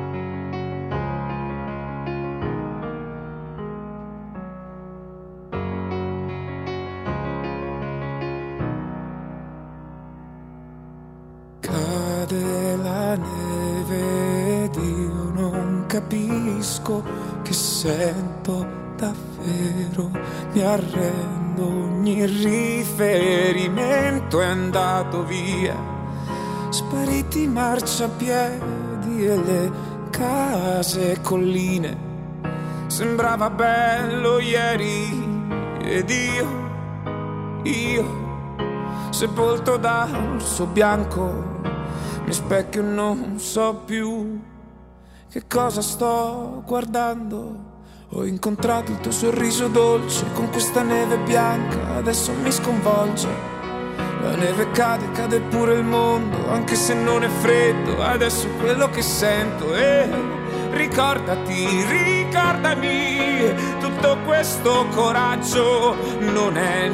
Cade la neve ed io non capisco che sento davvero, mi arrendo, ogni riferimento è andato via, spariti i marciapiedi e le case e colline, sembrava bello ieri ed io, io sepolto dal suo bianco, mi specchio non so più che cosa sto guardando. Ho incontrato il tuo sorriso dolce con questa neve bianca, adesso mi sconvolge. La neve cade, cade pure il mondo, anche se non è freddo, adesso è quello che sento. E ricordati, ricordami, tutto questo coraggio non è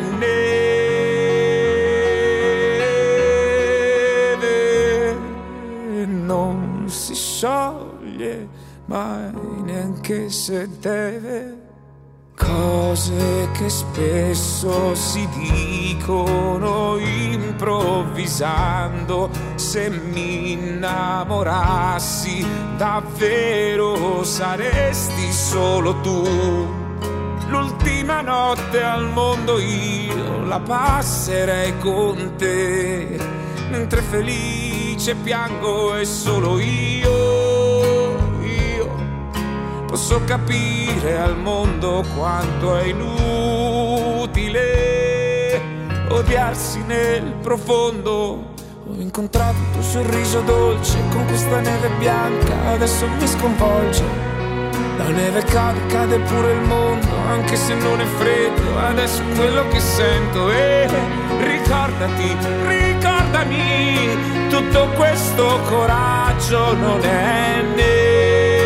neve, non si scioglie mai neanche se deve. Cose che spesso si dicono improvvisando, se mi innamorassi davvero saresti solo tu. L'ultima notte al mondo io la passerei con te, mentre felice piango e solo io posso capire al mondo quanto è inutile odiarsi nel profondo. Ho incontrato il tuo sorriso dolce con questa neve bianca, adesso mi sconvolge. La neve cade, cade pure il mondo, anche se non è freddo, adesso è quello che sento. E ricordati, ricordami, tutto questo coraggio non è neve,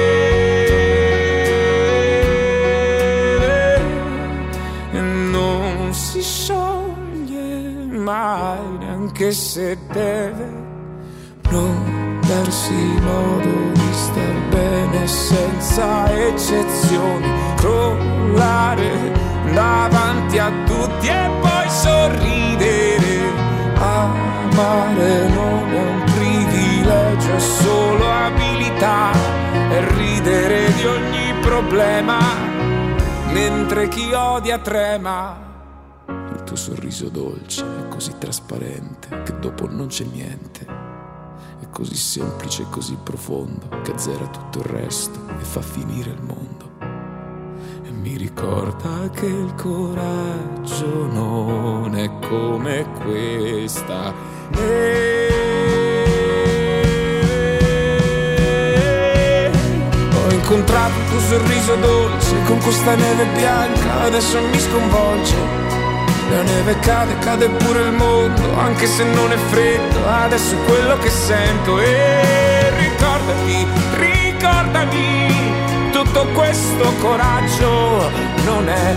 si scioglie mai neanche se deve. Non darsi modo di star bene senza eccezioni, crollare davanti a tutti e poi sorridere. Amare non è un privilegio, è solo abilità, e ridere di ogni problema mentre chi odia trema. Il tuo sorriso dolce è così trasparente che dopo non c'è niente, è così semplice e così profondo che azzera tutto il resto e fa finire il mondo. E mi ricorda che il coraggio non è come questa neve. Ho incontrato il tuo sorriso dolce con questa neve bianca, adesso mi sconvolge. La neve cade, cade pure il mondo, anche se non è freddo, adesso è quello che sento. E ricordati, ricordami, tutto questo coraggio non è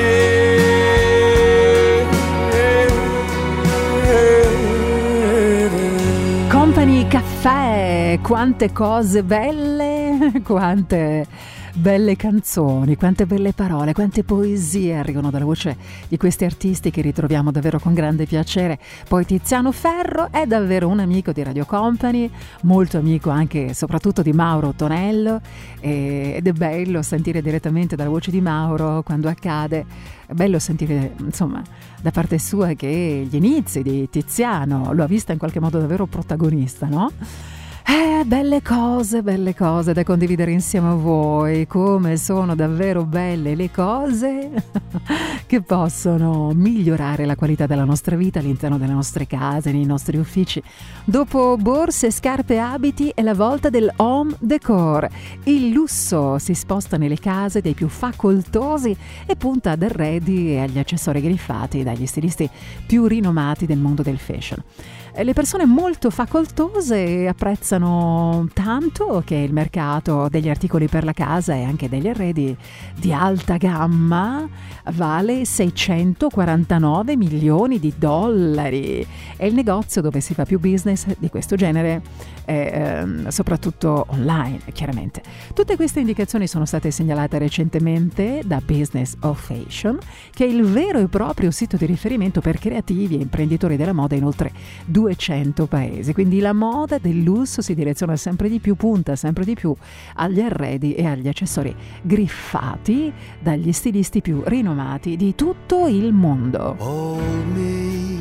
neve. Company Cafè, quante cose belle, quante belle canzoni, quante belle parole, quante poesie arrivano dalla voce di questi artisti che ritroviamo davvero con grande piacere. Poi Tiziano Ferro è davvero un amico di Radio Company, molto amico anche e soprattutto di Mauro Tonello, ed è bello sentire direttamente dalla voce di Mauro quando accade. È bello sentire, insomma, da parte sua che gli inizi di Tiziano lo ha vista in qualche modo davvero protagonista, no? Eh, belle cose, belle cose da condividere insieme a voi. Come sono davvero belle le cose che possono migliorare la qualità della nostra vita all'interno delle nostre case, nei nostri uffici. Dopo borse, scarpe e abiti è la volta del home decor. Il lusso si sposta nelle case dei più facoltosi e punta ad arredi e agli accessori griffati dagli stilisti più rinomati del mondo del fashion. Le persone molto facoltose apprezzano Sappiamo tanto che il mercato degli articoli per la casa e anche degli arredi di alta gamma vale seicentoquarantanove milioni di dollari. È il negozio dove si fa più business di questo genere, eh, ehm, soprattutto online, chiaramente. Tutte queste indicazioni sono state segnalate recentemente da Business of Fashion, che è il vero e proprio sito di riferimento per creativi e imprenditori della moda in oltre duecento paesi. Quindi la moda del lusso si direziona sempre di più, punta sempre di più agli arredi e agli accessori griffati dagli stilisti più rinomati di tutto il mondo. Hold me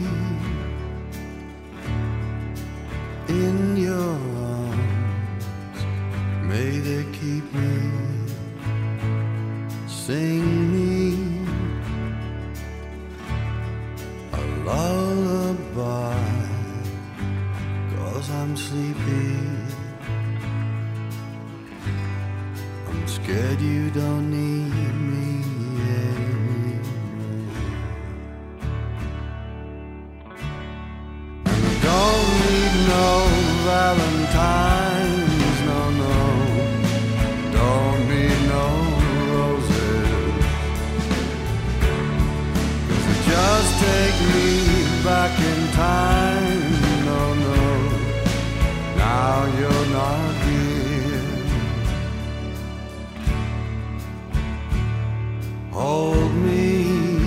in your arms, may they keep me, sing me a lullaby, 'cause I'm sleepy, I'm scared you don't need me anymore. Don't need no Valentine's, no, no. Don't need no roses, 'cause they just take me back in time, no, no. Now you're not here. Hold me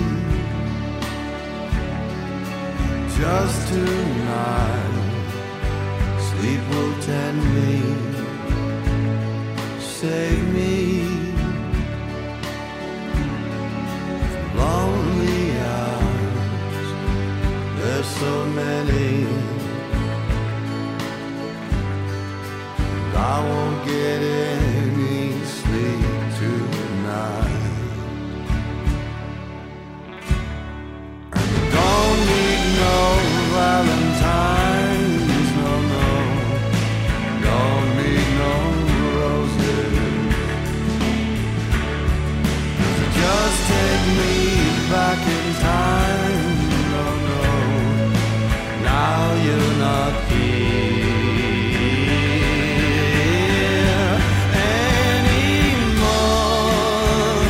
just tonight, sleep will tend me, save me from lonely hours, there's so many, and I won't get any sleep tonight. And don't need no Valentine's, no, no. Don't need no roses, just take me back in time, no, no. Now you're not here anymore,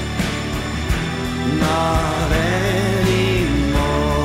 not anymore.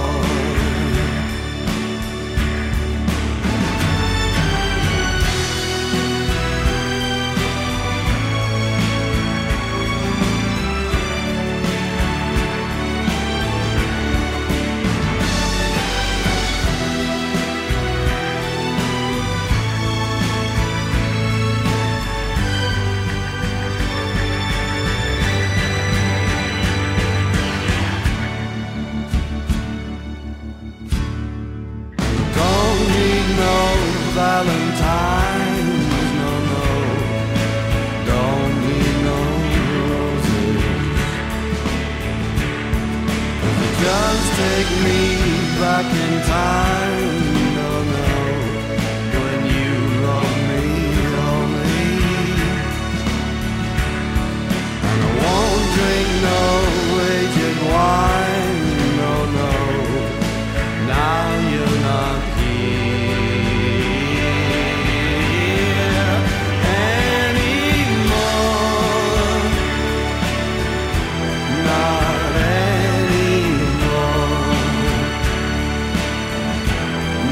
Don't need no Valentine's, no, no. Don't need no roses, 'cause they just take me back in time, no, no. When you love me only, and I won't drink no aged wine, no, no. Now you're not here anymore, not anymore.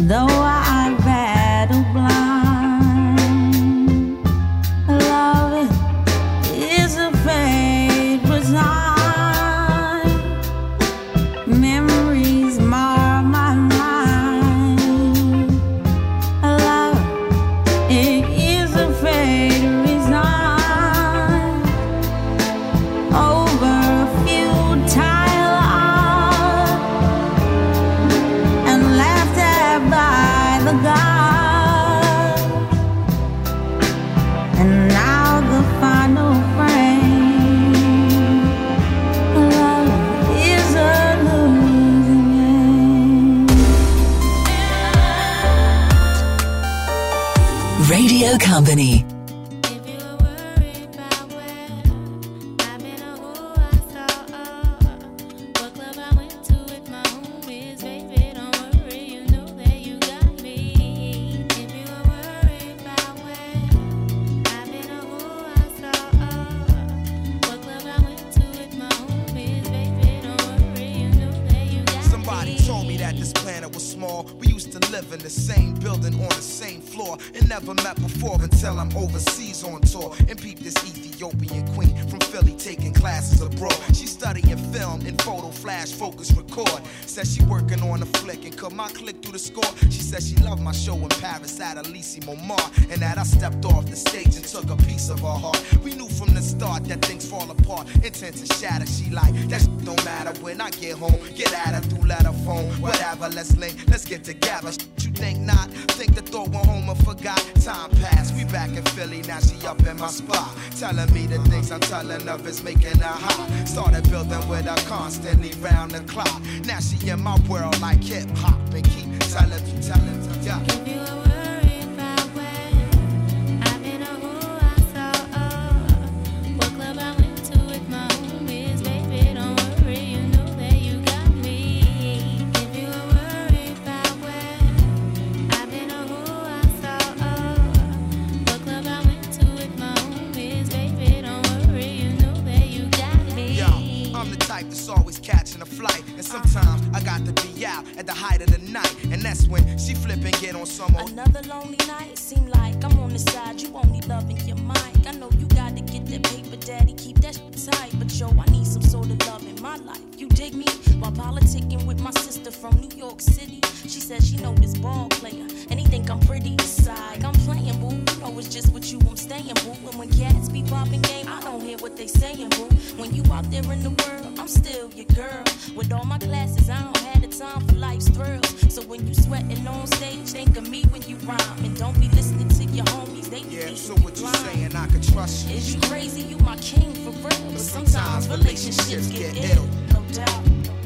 though I battle blind. Love is a fate resigned. Memories mar my mind. Love, it is a fate resigned. Over a futile art and laughed at by the gods. And now the final frame. Love is a losing game. Radio Company. Somebody told me that this planet was small. We used to live in the same building on the same floor and never met before until I'm overseas on tour and peep this Ethiopian queen from Philly taking classes abroad. She's studying film and photo, flash, focus, record. Says she working on a flick and cut my click through the score. She says she loved my show in Paris at Elysee Montmartre and that I stepped off the stage and took a piece of her heart. We knew from the start that things fall apart, intent to shatter. She like, that shit don't matter when I get home. Get at her through letter phone, whatever, let's link, let's get together. You think not? Think the thought went home and forgot. Time passed, we back in Philly, now she up in my spot. Telling me the things I'm telling of is making her hot. Started building with her constantly round the clock. Now she in my world like hip hop and keep telling me, telling me, yeah. If you were worried about where I've been or who I saw, what club I went to with my homies, baby, don't worry, you know that you got me. If you were worried about where I've been or who I saw, what club I went to with my homies, baby, don't worry, you know that you got me. Yo, I'm the type that's always catching a flight, and sometimes I got to be out at the height of the night, and that's when she flip and get on some old. Another lonely night, seem like I'm on the side, you only loving your mic. I know you gotta get that paper, daddy, keep that shit tight, but yo, I need some sort of love in my life. You dig me? While politicking with my sister from New York City, she said she know this ball player, and he think I'm pretty aside. I'm playing, boo, you know it's just with you I'm staying, boo. And when cats be popping game, I don't hear what they saying, boo. When you out there in the world, I'm still your girl. With all my classes, I don't have the time for life's thrills. So when you sweating on stage, think of me when you rhyme, and don't be listening to your homies. They be Yeah, so what you saying? I could trust you. Is you crazy? You my king for real. But sometimes relationships get ill. No doubt.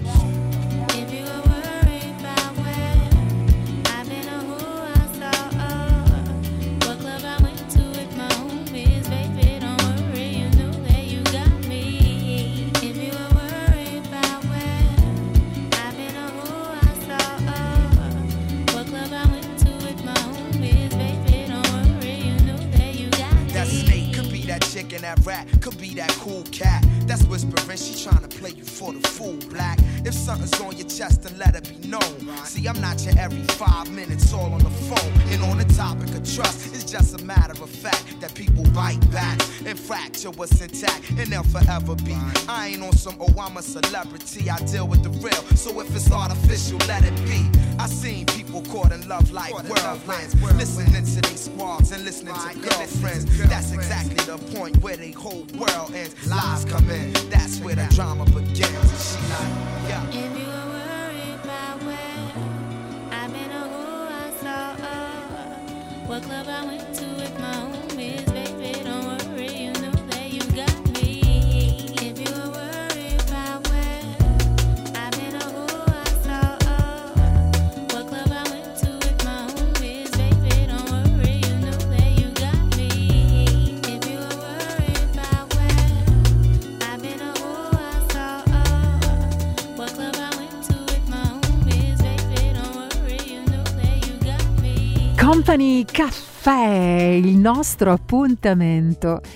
If you were worried about where I've been or who I saw, what club I went to with my homies, baby, don't worry, you know that you got me. If you were worried about where I've been or who I saw, what club I went to with my homies, baby, don't worry, you know that you got me. That snake could be that chick and that rat, could be that cool cat. That's whispering, she tryna play you for the fool, black. If something's on your chest, then let it be known. See, I'm not your every five minutes all on the phone. And on the topic of trust, it's just a matter of fact that people bite back and fracture what's intact, and they'll forever be. I ain't on some, oh, I'm a celebrity, I deal with the real. So if it's artificial, let it be. I seen people caught in love like whirlwinds, listening to these squads and listening to girlfriends. That's exactly the point where they whole world ends. Lies come in, that's where the drama begins. And she like, yeah. If you were worried about where I've been or who I saw, what club I went to with my homies, baby, don't worry, you know that you got me. If you were worried about where I've been or who I saw, what club I went to with my homies, baby, don't worry, you know that you got me. If you were worried about where I've been or who I saw, what club I went to with my homies, baby, don't worry, you know that you got me. Company Caffè, il nostro appuntamento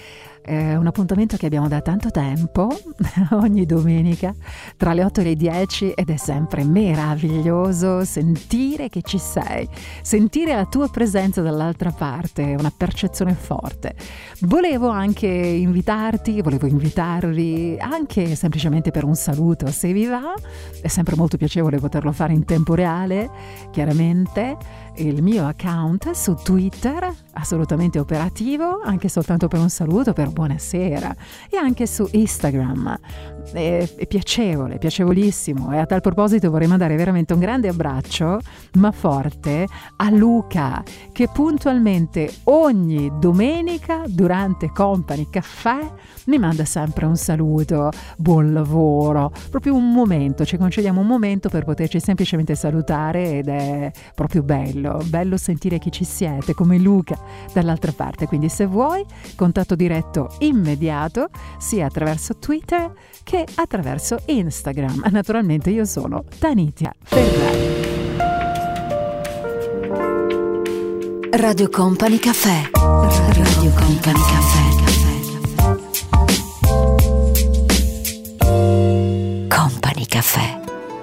È un appuntamento che abbiamo da tanto tempo, ogni domenica tra le otto e le dieci, ed è sempre meraviglioso sentire che ci sei, sentire la tua presenza dall'altra parte, una percezione forte. Volevo anche invitarti, volevo invitarvi anche semplicemente per un saluto, se vi va. È sempre molto piacevole poterlo fare in tempo reale, chiaramente. Il mio account su Twitter, assolutamente operativo, anche soltanto per un saluto, per buonasera, e anche su Instagram. È, è piacevole, piacevolissimo, e a tal proposito vorrei mandare veramente un grande abbraccio, ma forte, a Luca, che puntualmente ogni domenica durante Company Caffè mi manda sempre un saluto, buon lavoro, proprio un momento, ci concediamo un momento per poterci semplicemente salutare, ed è proprio bello, bello sentire che ci siete come Luca dall'altra parte. Quindi se vuoi contatto diretto immediato sia attraverso Twitter che attraverso Instagram. Naturalmente io sono Tanitia Ferrari. Radio Company Caffè. Radio Company Caffè. Company Caffè.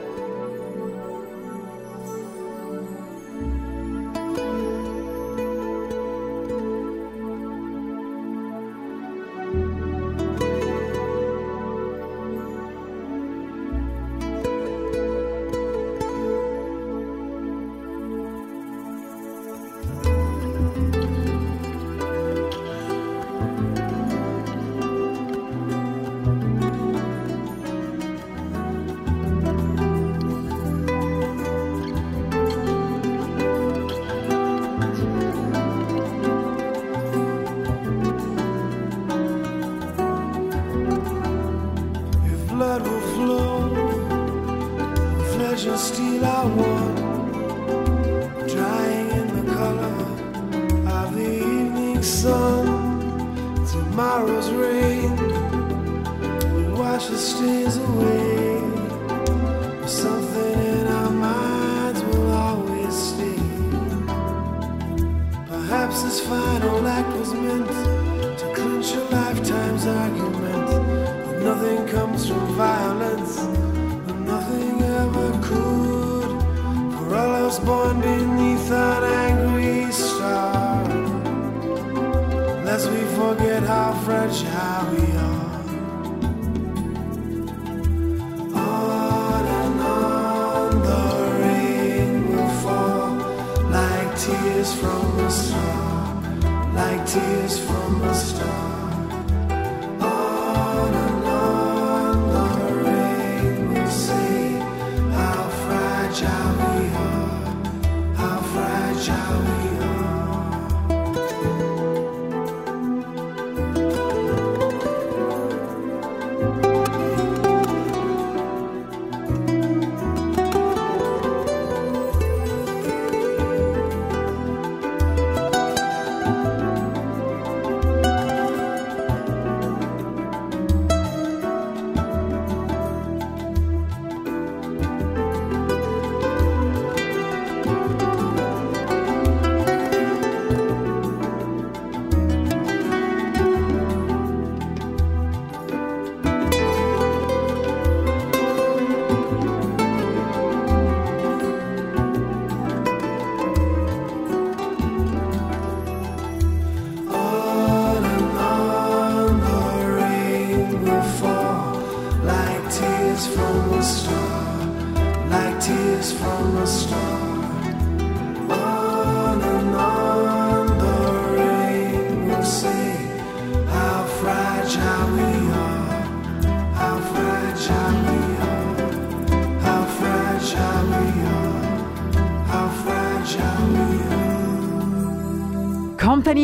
Company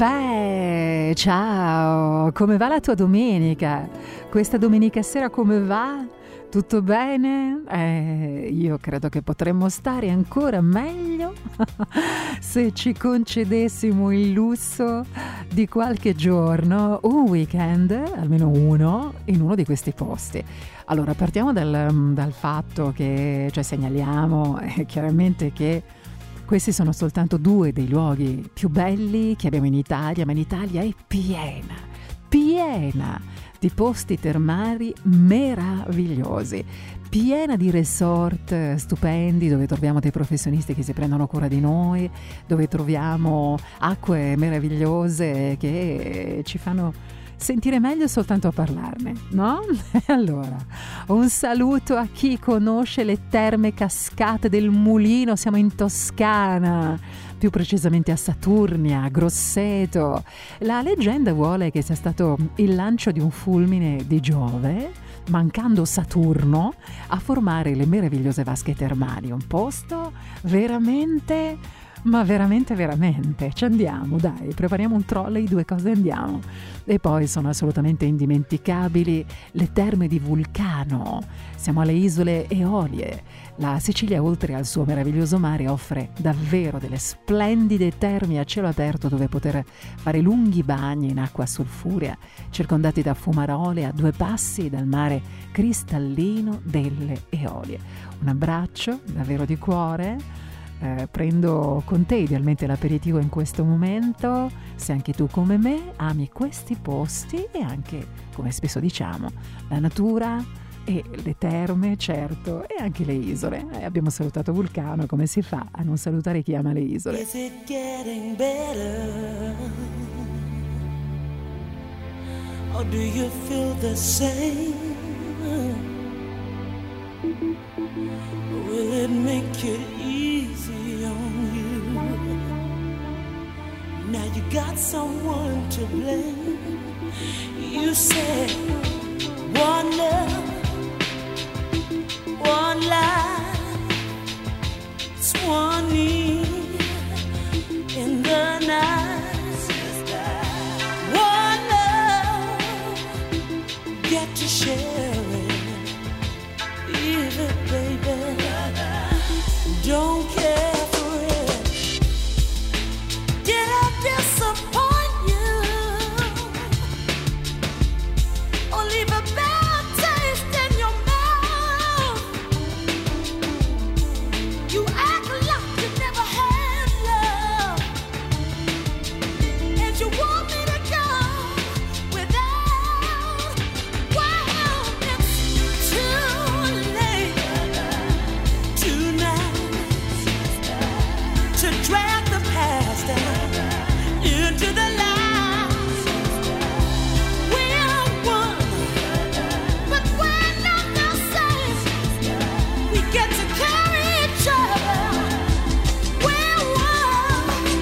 Caffè, ciao, come va la tua domenica? Questa domenica sera come va? Tutto bene? Eh, io credo che potremmo stare ancora meglio se ci concedessimo il lusso di qualche giorno, un weekend, almeno uno, in uno di questi posti. Allora, partiamo dal, dal fatto che, cioè segnaliamo eh, chiaramente che questi sono soltanto due dei luoghi più belli che abbiamo in Italia, ma in Italia è piena, piena piena di posti termali meravigliosi, piena di resort stupendi dove troviamo dei professionisti che si prendono cura di noi, dove troviamo acque meravigliose che ci fanno sentire meglio soltanto a parlarne, no? Allora, un saluto a chi conosce le terme cascate del Mulino, siamo in Toscana, più precisamente a Saturnia, a Grosseto. La leggenda vuole che sia stato il lancio di un fulmine di Giove, mancando Saturno, a formare le meravigliose vasche termali. Un posto veramente... ma veramente veramente ci andiamo, dai, prepariamo un trolley, due cose, andiamo. E poi sono assolutamente indimenticabili le terme di Vulcano, siamo alle isole Eolie. La Sicilia, oltre al suo meraviglioso mare, offre davvero delle splendide terme a cielo aperto dove poter fare lunghi bagni in acqua sulfurea, circondati da fumarole a due passi dal mare cristallino delle Eolie. Un abbraccio davvero di cuore. Eh, prendo con te idealmente l'aperitivo in questo momento, se anche tu come me ami questi posti e anche, come spesso diciamo, la natura e le terme, certo, e anche le isole. Eh, abbiamo salutato Vulcano, come si fa a non salutare chi ama le isole? Is it getting better? Or do you feel the same? Will it make it easy on you? Now you got someone to blame. You said one love, one life, it's one need in the night. One love, get to share it. Leave it, baby. Don't care for it. Did I disappoint you? Or leave a bad taste in your mouth? You act like you never had love, and you want me to go without. Well, it's too late tonight to drag the past down into the light. We're one, but we're not the same. We get to carry each other. We're one.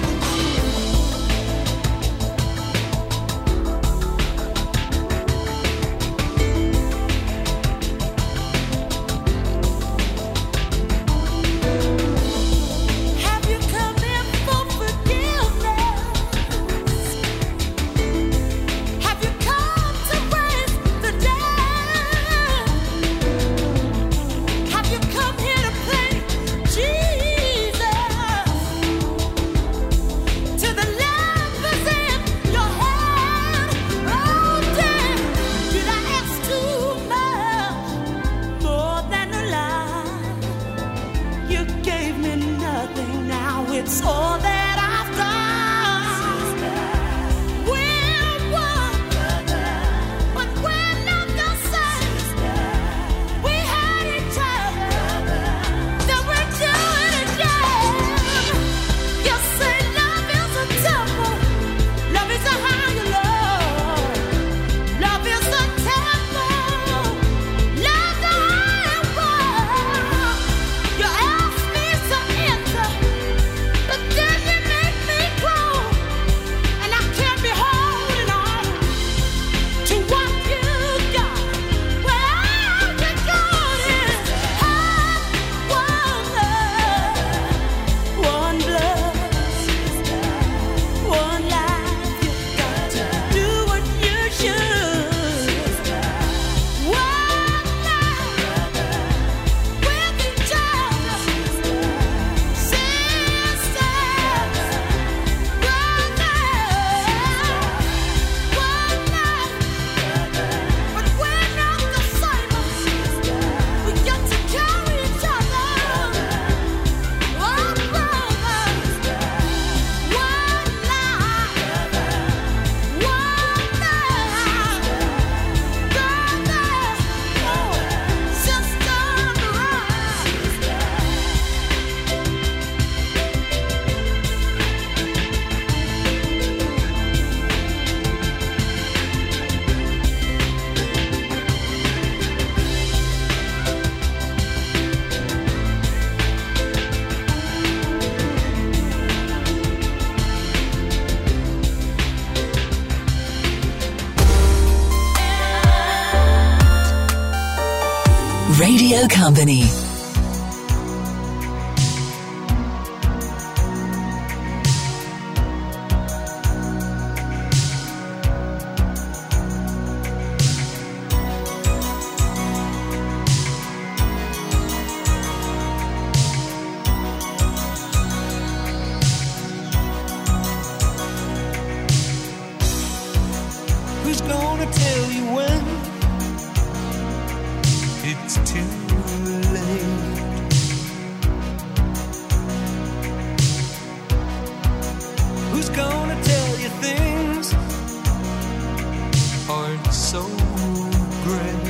Have you come in for forgiveness? Have you come to raise the dead? Have you come here to play Jesus? To the lamp is in your hand. Oh, damn, did I ask too much? More than a lie. You gave me nothing, now it's all that I've got. We're one, but we're not the same. We had each other, then we're doing it again. You say love is a temple, love is a higher love. Love is a temple, love's a higher one. You asked me to enter, but then you Radio Company. Who's gonna tell you when it's too late? Who's gonna tell you things aren't so great?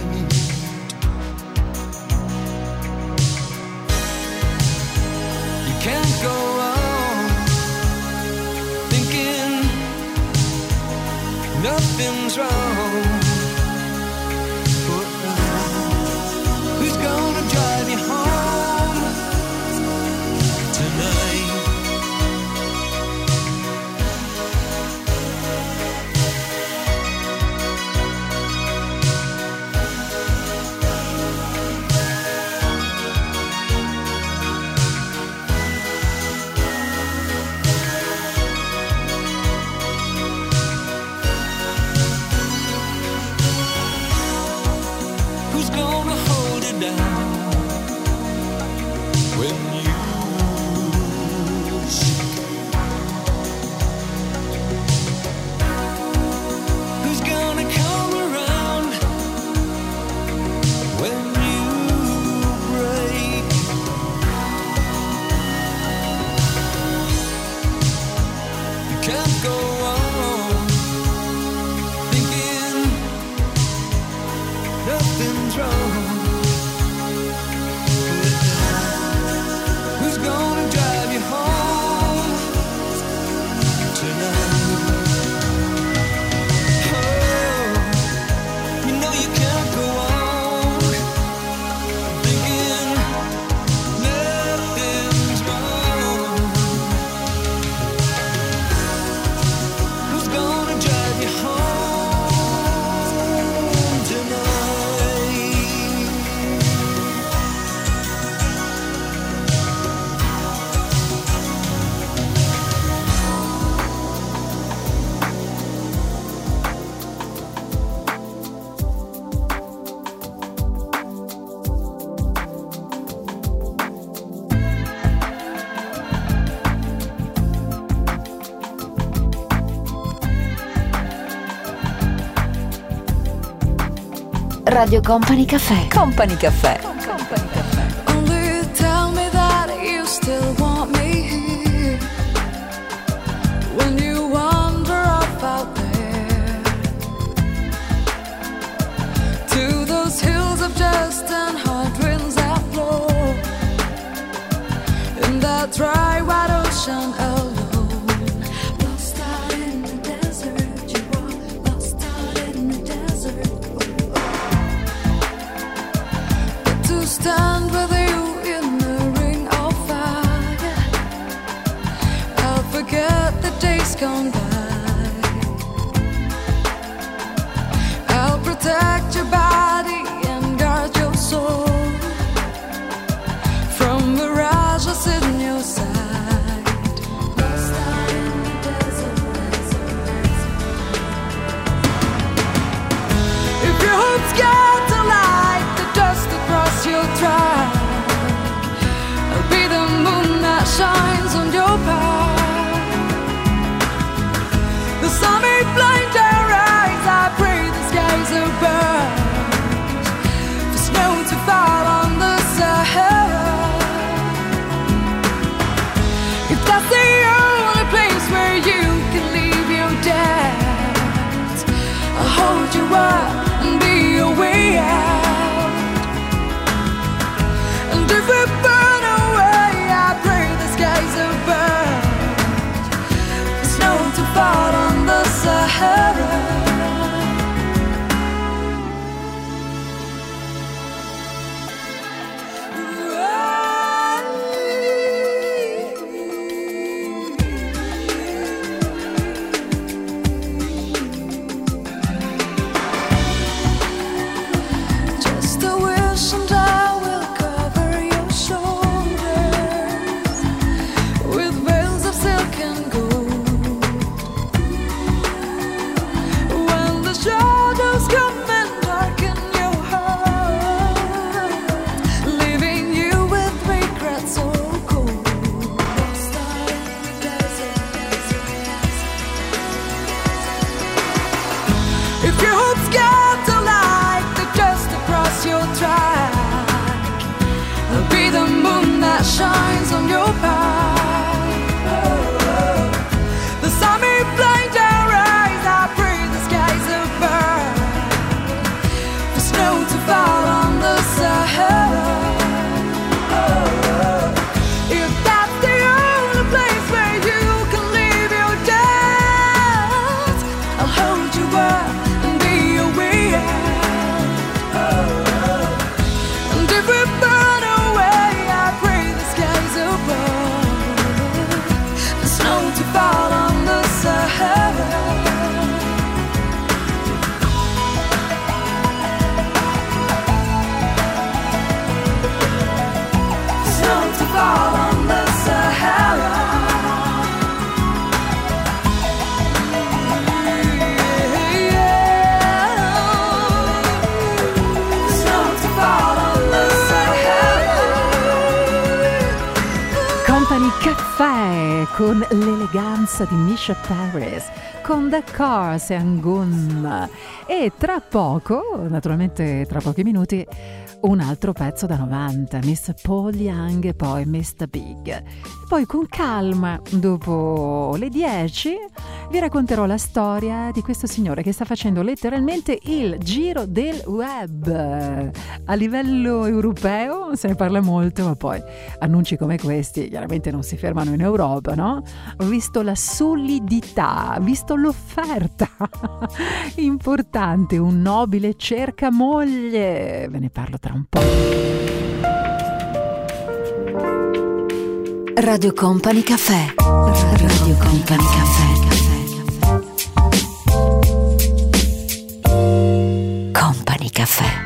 You can't go on thinking nothing's wrong. Who's gonna drive you home tonight? Who's gonna hold it down when you shake? Who's gonna come around when you break? You can't go on thinking nothing's wrong. Who's gonna drive you home tonight? Oh, you know you can't go on thinking nothing's wrong. Who's gonna drive you home tonight? Radio Company Cafè. Company Cafè. Only tell me that you still want me here when you wander off out there to those hills of dust and hard winds that blow in that dry white ocean alone. Lost out in the desert, you are lost out in the desert. To stand with you in the ring of fire, I'll forget the days gone by. I'll protect your body and guard your soul from mirages in your sight. fall on the Sahara. Snow to fall on the Sahara. Company Caffè con l'eleganza di Misha Paris, con The Cars e Angun. E tra poco, naturalmente tra pochi minuti, un altro pezzo da novanta, mister Paul Young e poi mister Big. E poi con calma, dopo le dieci, vi racconterò la storia di questo signore che sta facendo letteralmente il giro del web. A livello europeo se ne parla molto, ma poi annunci come questi chiaramente non si fermano in Europa, no? Ho visto la solidità, visto l'offerta importante, un nobile cerca moglie, ve ne parlo tra un po'. Radio Company Caffè. Radio Company Caffè. Company Caffè.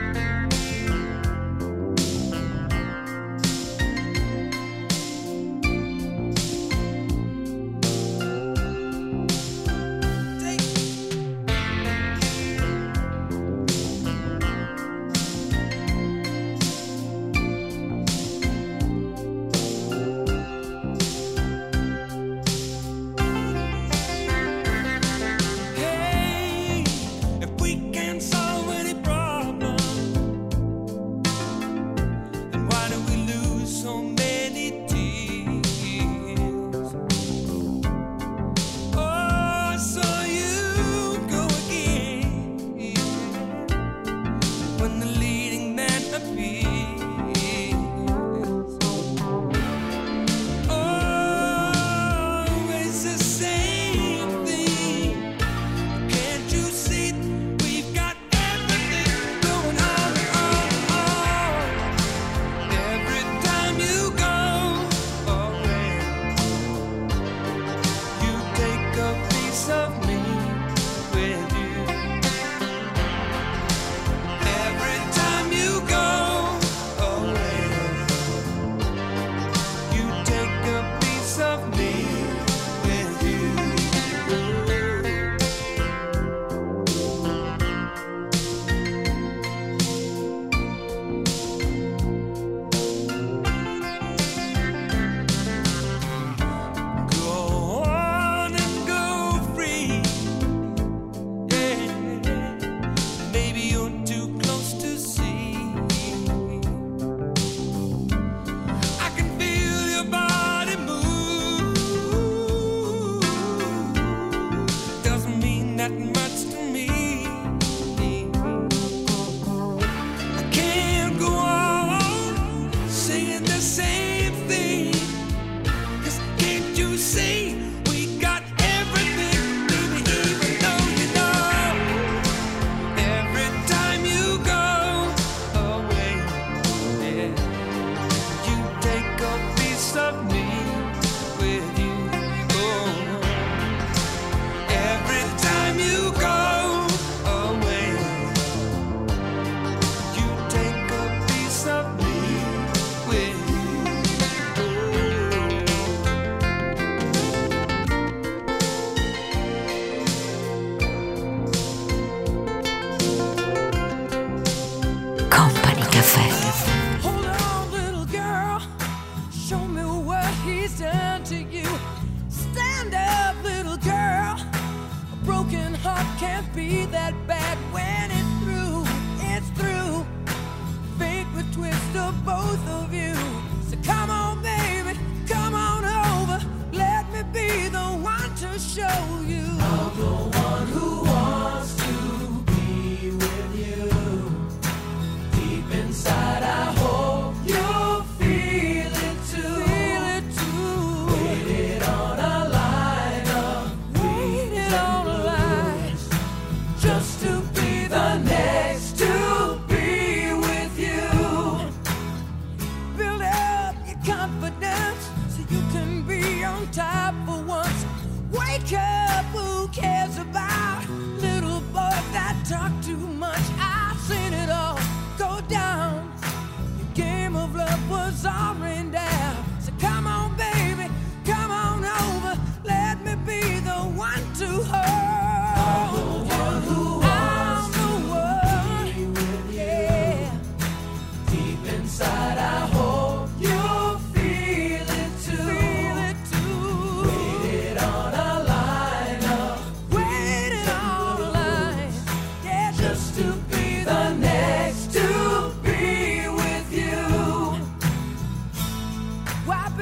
was all rained down. So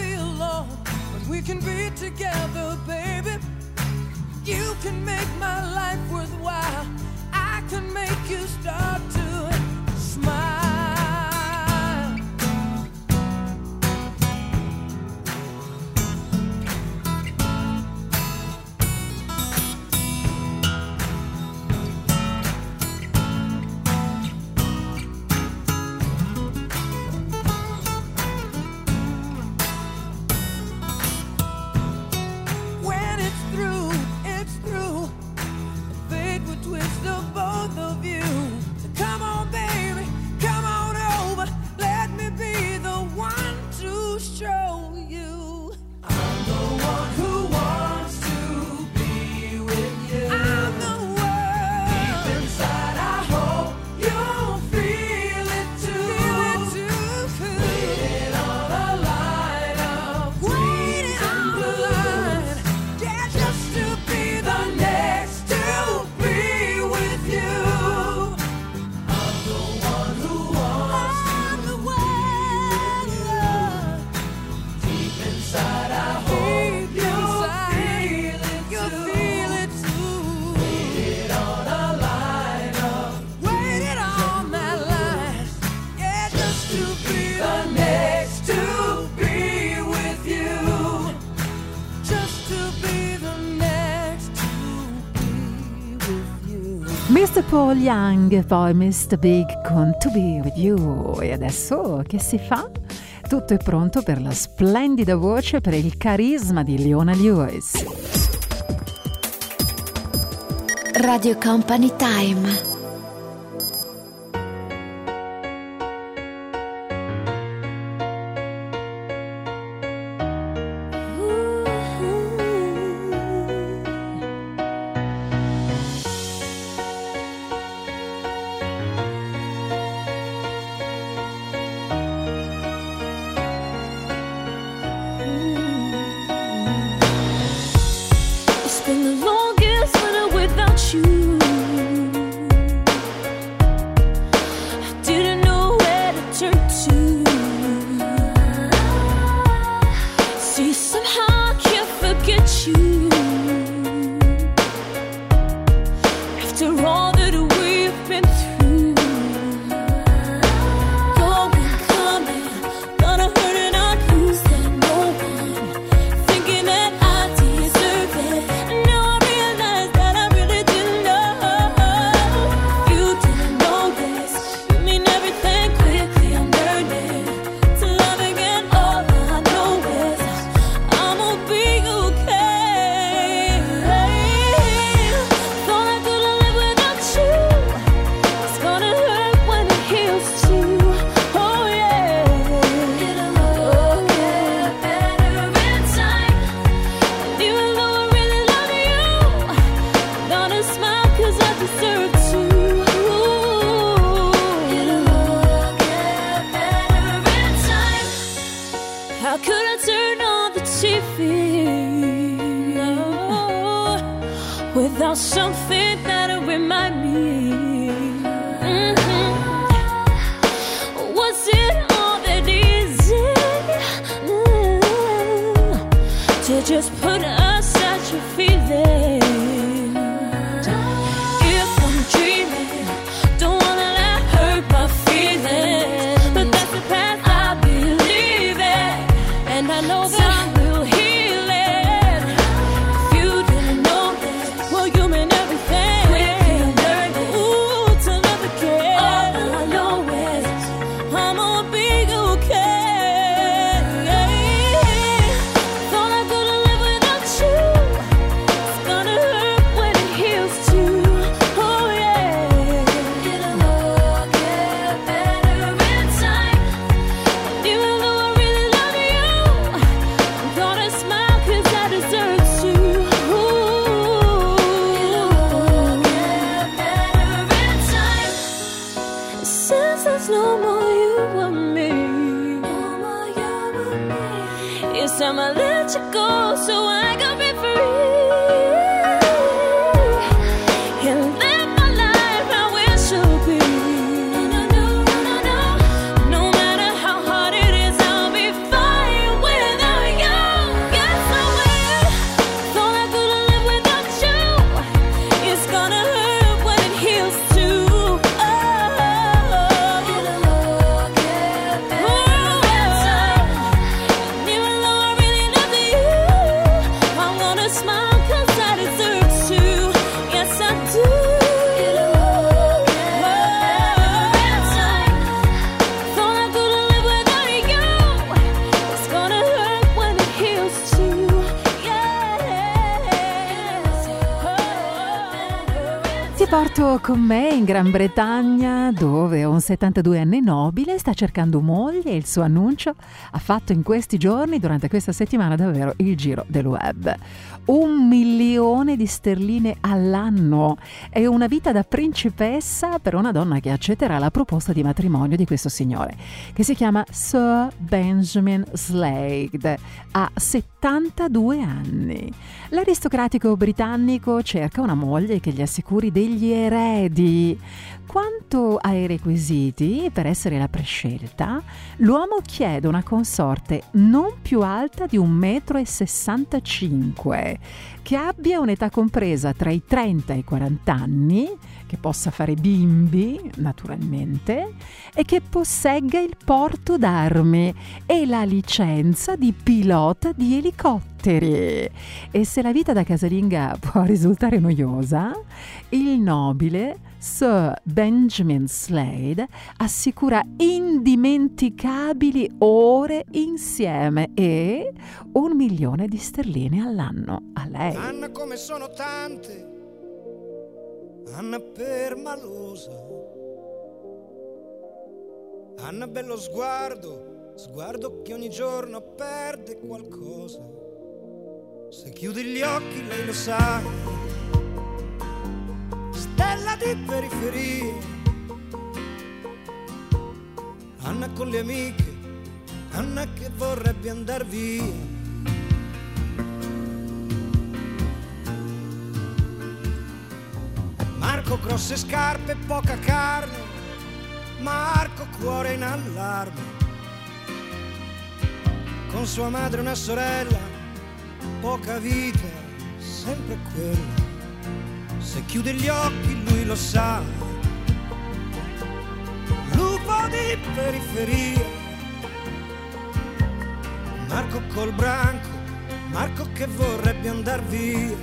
be alone, but we can be together, baby. You can make my life worthwhile. I can make you start to smile. When it's through, it's through. Fate would twist the both of you. Come on, baby, come on over. Let me be the one to show you. I'm the one who wants to be with you. I'm the one. Deep inside, I hope you'll feel it too. Feel it too. Waiting on a line of waiting on the line. Yeah, just to be the next to be with you. I'm the one who wants I'm the one. Deep inside, I hope you'll feel it too. Feel it too. Waiting on a line of waiting on that line. Yeah, just to be the next to be with you. Just to be the next to be with you. mister Paul Young, poi mister Big con To Be With You. E adesso che si fa? Tutto è pronto per la splendida voce, per il carisma di Leona Lewis. Radio Company Time. It's been the longest winter without you. I didn't know where to turn to. See, somehow I can't forget you. After all that we've been through, going, coming, gonna hurt and I'll lose that no one. Thinking that I deserve it. And now I realize that I really didn't know. You didn't know this. You mean everything quickly. I'm learning to love again. All I know is I'ma be okay. Thought I couldn't live without you. It's gonna hurt when it heals too. Oh yeah. It'll get better in time. And even though I really love you, I'm gonna smile 'cause I deserve to. It'll get better in time. How could I turn on the T V no, without something that'll remind me? Mhm. Was it all that easy mm, to just put aside your feelings? If I'm dreaming, don't wanna let hurt my feelings. But that's the path I believe in, and I know that time will heal it. If you didn't know this, well, you mean everything. Quickly I'm learning, ooh, to love again. All I know is I'ma be okay. Thought I couldn't live without you. It's gonna hurt when it heals too. Oh yeah. It'll all get better in time. And even though I really love you, I'm gonna smile 'cause I deserve to. It'll all get better in time. Since there's no more you and me, no more you and me, it's time I let you go so I can be free and live my life how it should be. No, no, no, no, no. No matter how hard it is, I'll be fine without porto con me in Gran Bretagna, dove un settantaduenne nobile sta cercando moglie e il suo annuncio ha fatto in questi giorni, durante questa settimana, davvero il giro del web. Un milione di sterline all'anno è una vita da principessa per una donna che accetterà la proposta di matrimonio di questo signore, che si chiama Sir Benjamin Slade. Ha settantadue anni. L'aristocratico britannico cerca una moglie che gli assicuri degli eredi. Quanto ai requisiti per essere la prescelta, l'uomo chiede una consorte non più alta di un metro e sessantacinque, che abbia un'età compresa tra i trenta e i quaranta anni, che possa fare bimbi, naturalmente, e che possegga il porto d'armi e la licenza di pilota di elicotteri. E se la vita da casalinga può risultare noiosa, il nobile Sir Benjamin Slade assicura indimenticabili ore insieme e un milione di sterline all'anno a lei. Anna come sono tante, Anna permalosa, Anna bello sguardo, sguardo che ogni giorno perde qualcosa. Se chiudi gli occhi lei lo sa, stella di periferia. Anna con le amiche, Anna che vorrebbe andar via. Marco grosse scarpe, poca carne, Marco cuore in allarme. Con sua madre una sorella, poca vita, sempre quella. Se chiude gli occhi lui lo sa, lupo di periferia. Marco col branco, Marco che vorrebbe andar via.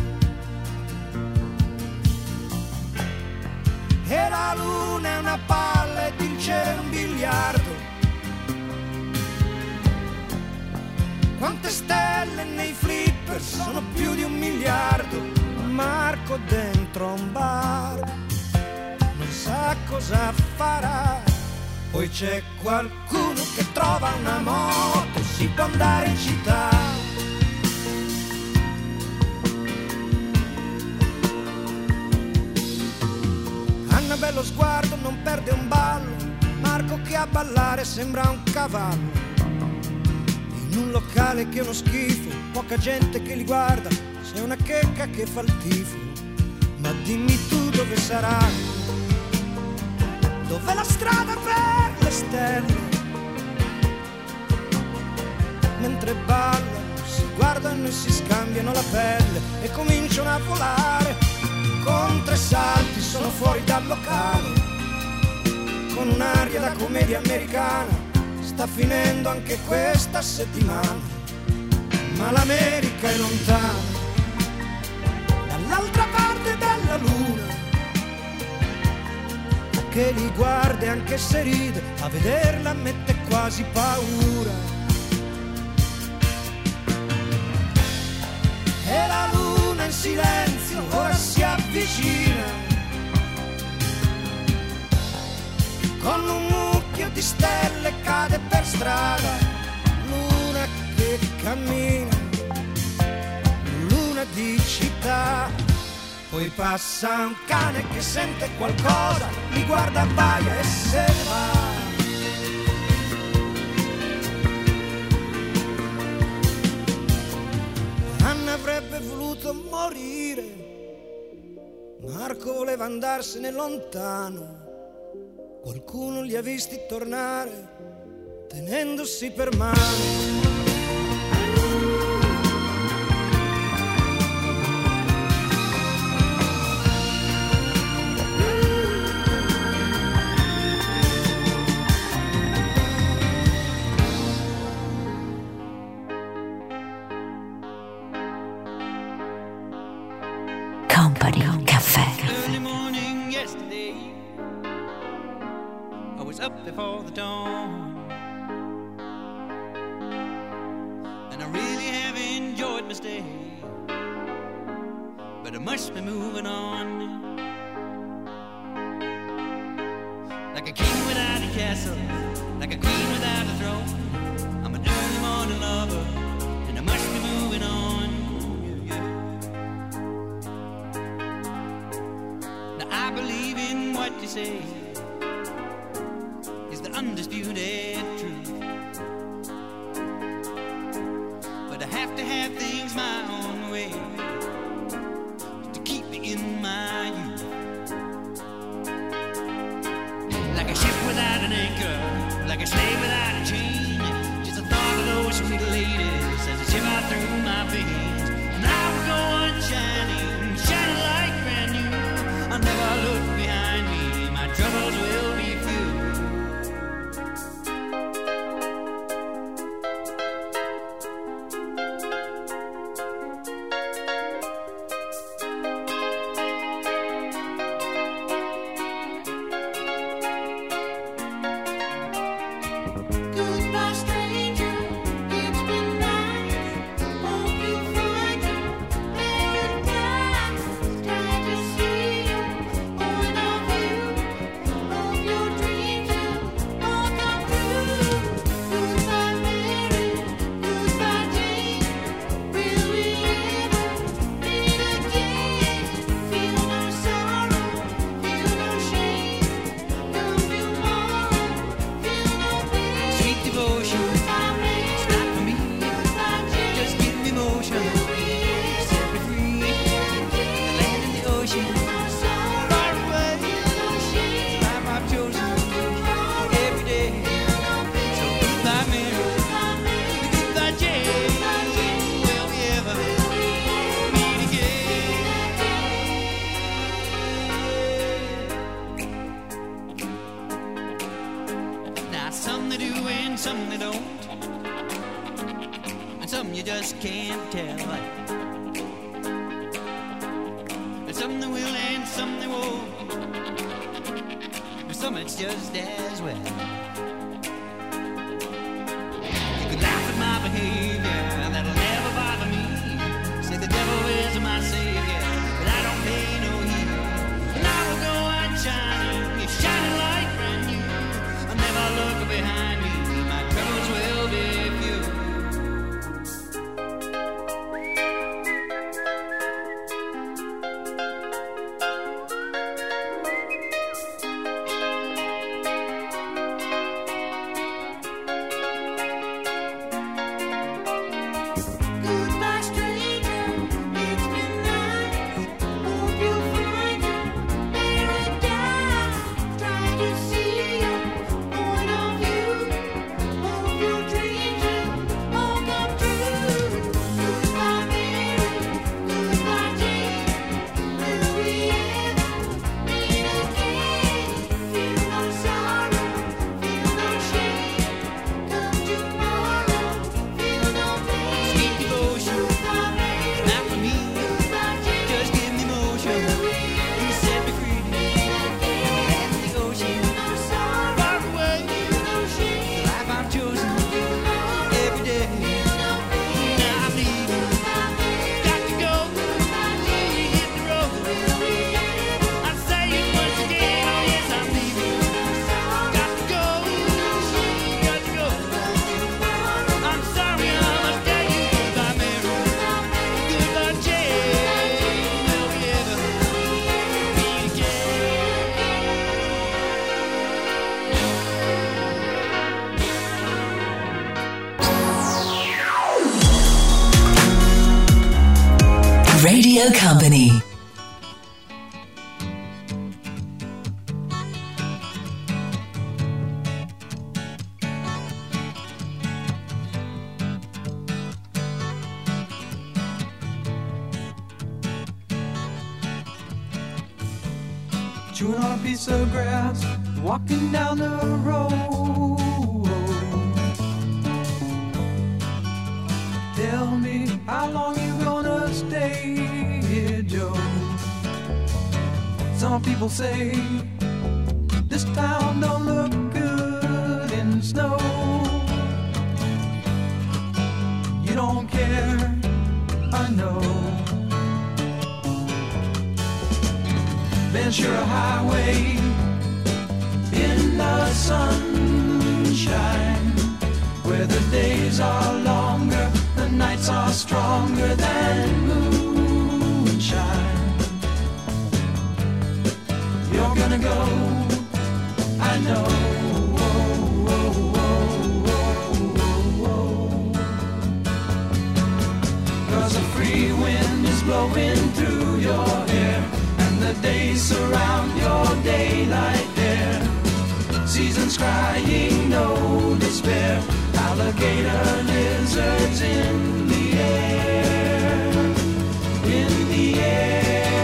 E la luna è una palla ed il cielo è un biliardo. Quante stelle nei flipper, sono più di un miliardo. Marco dentro un bar, non sa cosa farà. Poi c'è qualcuno che trova una moto, si può andare in città. Anna bello sguardo, non perde un ballo, Marco che a ballare sembra un cavallo. In un locale che è uno schifo, poca gente che li guarda, c'è una checca che fa il tifo. Ma dimmi tu dove sarà, dov'è la strada per le stelle. Mentre ballano, si guardano e si scambiano la pelle e cominciano a volare. Con tre salti sono fuori dal locale, con un'aria da commedia americana. Sta finendo anche questa settimana, ma l'America è lontana, dall'altra parte della luna, che li guarda e anche se ride, a vederla mette quasi paura. E la luna in silenzio ora si avvicina, con un mucchio di stelle cade per strada. Luna che cammina, luna di città. Poi passa un cane che sente qualcosa, li guarda, abbaia e se ne va. Anna avrebbe voluto morire, Marco voleva andarsene lontano. Qualcuno li ha visti tornare, tenendosi per mano. Company Caffè. Early morning yesterday, I was up before the dawn, and I really have enjoyed my stay, but I must be moving on. king without a castle, like a queen without a throne. I'm an early morning lover, and I must be moving on. Yeah, yeah. Now I believe in what you say is the undisputed truth, but I have to have things my own way to keep me in my youth. Like a ship without an anchor, like a slave without a chain. Just the thought of those sweet ladies as they shiver through my veins. And I will go on shining, shining like brand new. I'll never look behind me, my troubles will be few. Goodbye, stranger. It's been nice. Hope you find your paradise. Try to see you, one of you, of your dreams will all come true. Goodbye, Mary. Goodbye, Jane. Will we ever meet again? Feel no sorrow, feel no shame. Come tomorrow, feel no pain. Sweet devotion, it's not for me. Just give me motion, set me free. The land and the ocean, far away. Life I've chosen every day. So goodbye, Mary. Goodbye, Jane. Will we ever meet again? Now some they do and some they don't, and some you just can't tell. And some they will and some they won't, and some it's just as well. You could laugh at my behavior, that'll never bother me. Say the devil is my savior, but I don't pay no heed. And I will go on shining, you're shining like brand new. I'll never look behind me, my troubles will be few. Goodbye, stranger. It's been nice. Hope you find your paradise. Try to see you, one of you, of your dreams will all come true. Goodbye, Mary. Goodbye, Jane. Will we ever meet again? Feel no sorrow, feel no shame. Come tomorrow, feel no pain. Sweet devotion, not for me. Just give me motion, you set me free. The land and the ocean, far away. The life I've chosen every day. Now I'm leaving, got to go. Hit the road. I'll say it once again. Oh yes, I'm leaving. Got to go, got to go. I'm sorry, I must tell you goodbye, Mary. Goodbye, Jane. Will we ever meet again? Radio Company. Chewing on a piece of grass, walking down the road. Tell me, how long you gonna stay here, Joe? Some people say this town don't look good in snow. You don't care, I know. Ventura Highway in the sunshine, where the days are longer, the nights are stronger than moonshine. You're gonna go, I know. Cause a free wind is blowing through your hair, and the days surround your daylight there. Seasons crying, no despair. Alligator lizards in the air, in the air.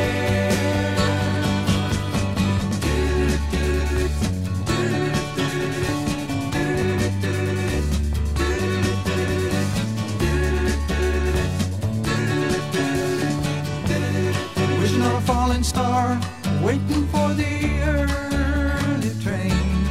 Wishing on a falling star, waiting for the early train.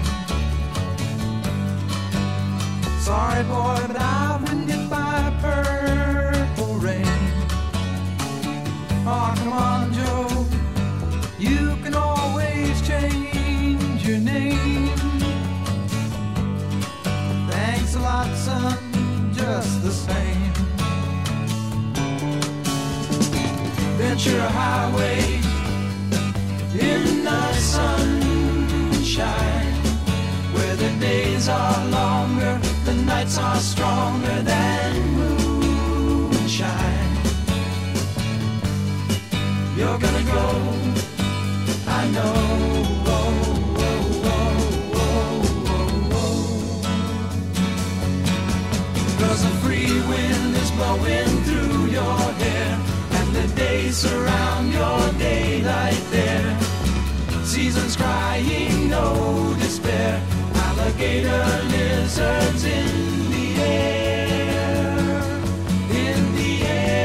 Sorry boy, but I've been hit by purple rain. Oh, come on, Joe, you can always change your name. Thanks a lot, son, just the same. Ventura Highway in the sunshine, where the days are longer, the nights are stronger than moonshine. You're gonna go, I know. Oh, oh, oh, oh, oh, oh. Cause a free wind is blowing through your hair, and the days surround your daylight there. Seasons crying, no despair. Alligator lizards in the air, in the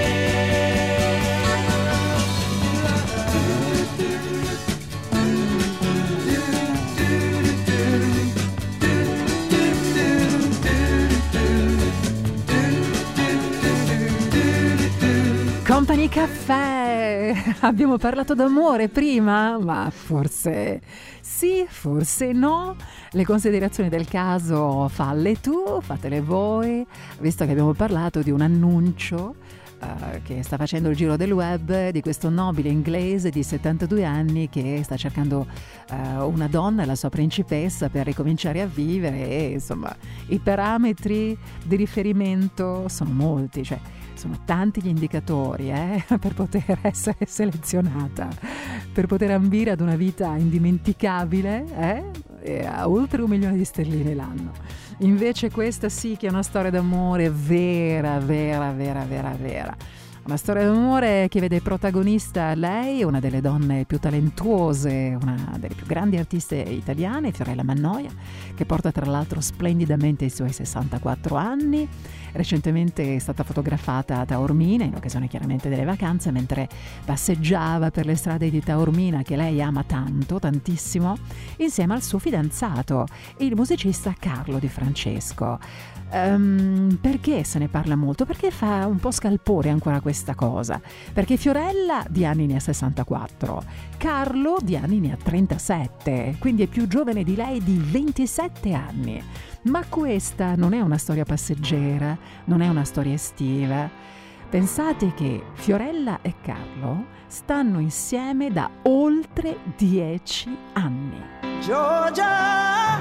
Company Caffè, abbiamo parlato d'amore prima, ma forse sì, forse no. Le considerazioni del caso falle tu, fatele voi, visto che abbiamo parlato di un annuncio uh, che sta facendo il giro del web di questo nobile inglese di settantadue anni che sta cercando uh, una donna, la sua principessa, per ricominciare a vivere, e insomma i parametri di riferimento sono molti, cioè sono tanti gli indicatori eh, per poter essere selezionata, per poter ambire ad una vita indimenticabile eh, e a oltre un milione di sterline l'anno. Invece questa sì che è una storia d'amore vera, vera, vera, vera, vera. Una storia d'amore che vede protagonista lei, una delle donne più talentuose, una delle più grandi artiste italiane, Fiorella Mannoia, che porta tra l'altro splendidamente i suoi sessantaquattro anni. Recentemente è stata fotografata a Taormina, in occasione chiaramente delle vacanze, mentre passeggiava per le strade di Taormina, che lei ama tanto, tantissimo, insieme al suo fidanzato, il musicista Carlo Di Francesco. Um, perché se ne parla molto? Perché fa un po' scalpore ancora questa cosa, perché Fiorella di anni ne ha sessantaquattro, Carlo di anni ne ha trentasette, quindi è più giovane di lei di ventisette anni. Ma questa non è una storia passeggera, non è una storia estiva. Pensate che Fiorella e Carlo stanno insieme da oltre dieci anni. Georgia,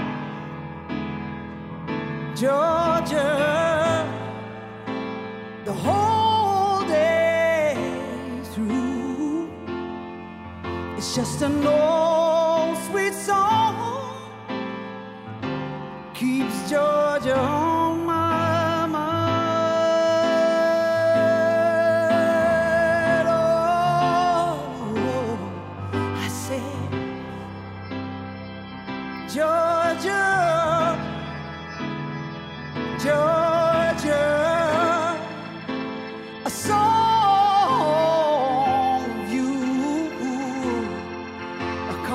Georgia, the whole day through, it's just an old sweet song, keeps Georgia on my mind. Oh, I said, Georgia, Georgia, a song of you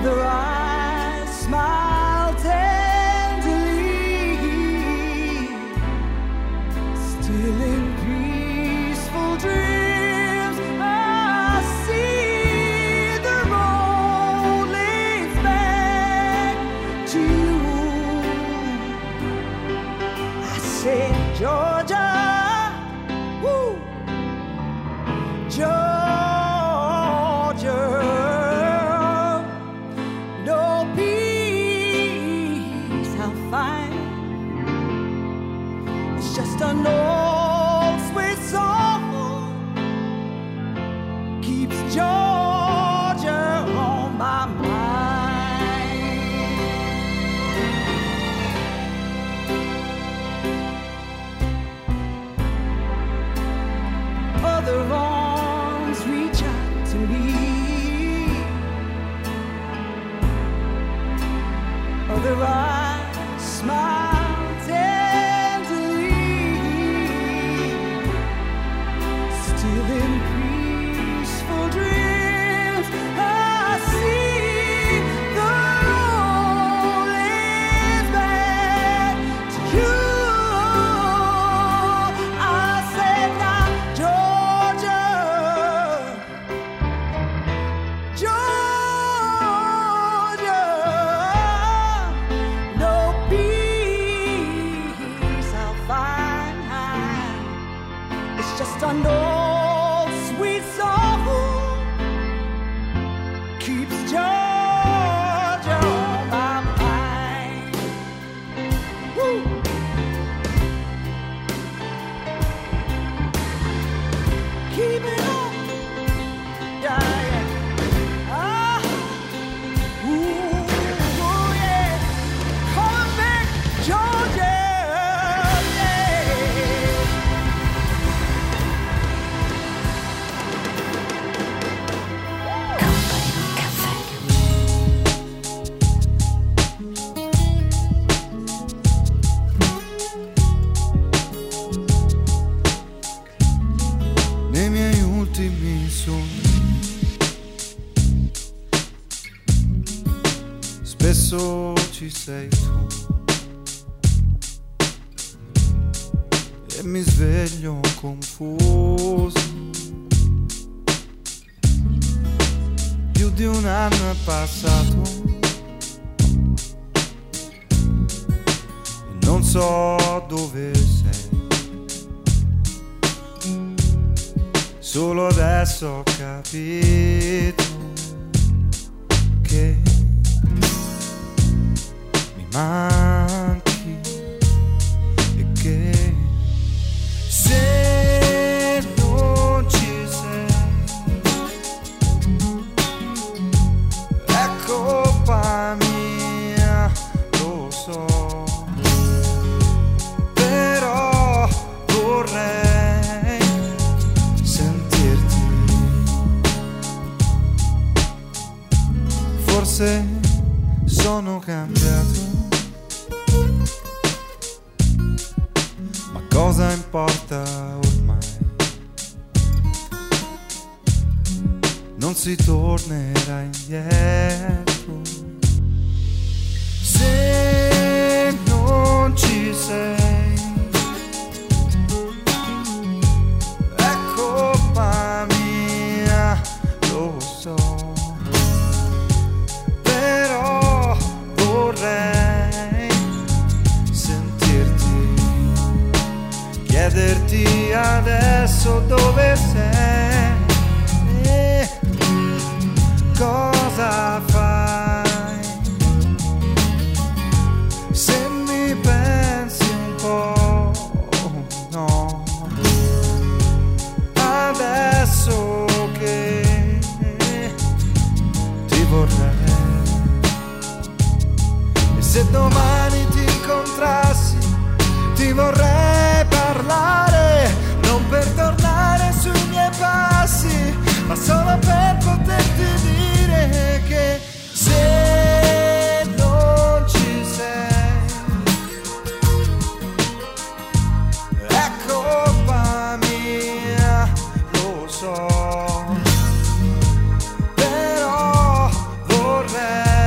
Other eyes smile tenderly, still in peaceful dreams. I see the road leads back to you. I say, Georgia, woo, Georgia. Just an old sweet song keeps Georgia on my mind. Other arms reach out to me, other eyes smile. Just an old sweet song keeps Georgia on my mind. Woo. Keep it up, yeah, yeah. Ah, ooh, ooh, yeah. Coming back, Georgia. Spesso ci sei tu e mi sveglio confuso. Più di un anno è passato e non so dove sei. Solo adesso ho capito che manchi e che se non ci sei è colpa mia, lo so, però vorrei sentirti. Forse sono cambiato, cosa importa ormai? Non si tornerà indietro. Se non ci sei è colpa mia, lo so, però vorrei sentirti, chiederti adesso dove sei e cosa fai. Se mi pensi un po', no, adesso che ti vorrei, e se domani ti incontrassi ti vorrei parlare, non per tornare sui miei passi, ma solo per poterti dire che se non ci sei è colpa mia, lo so, però vorrei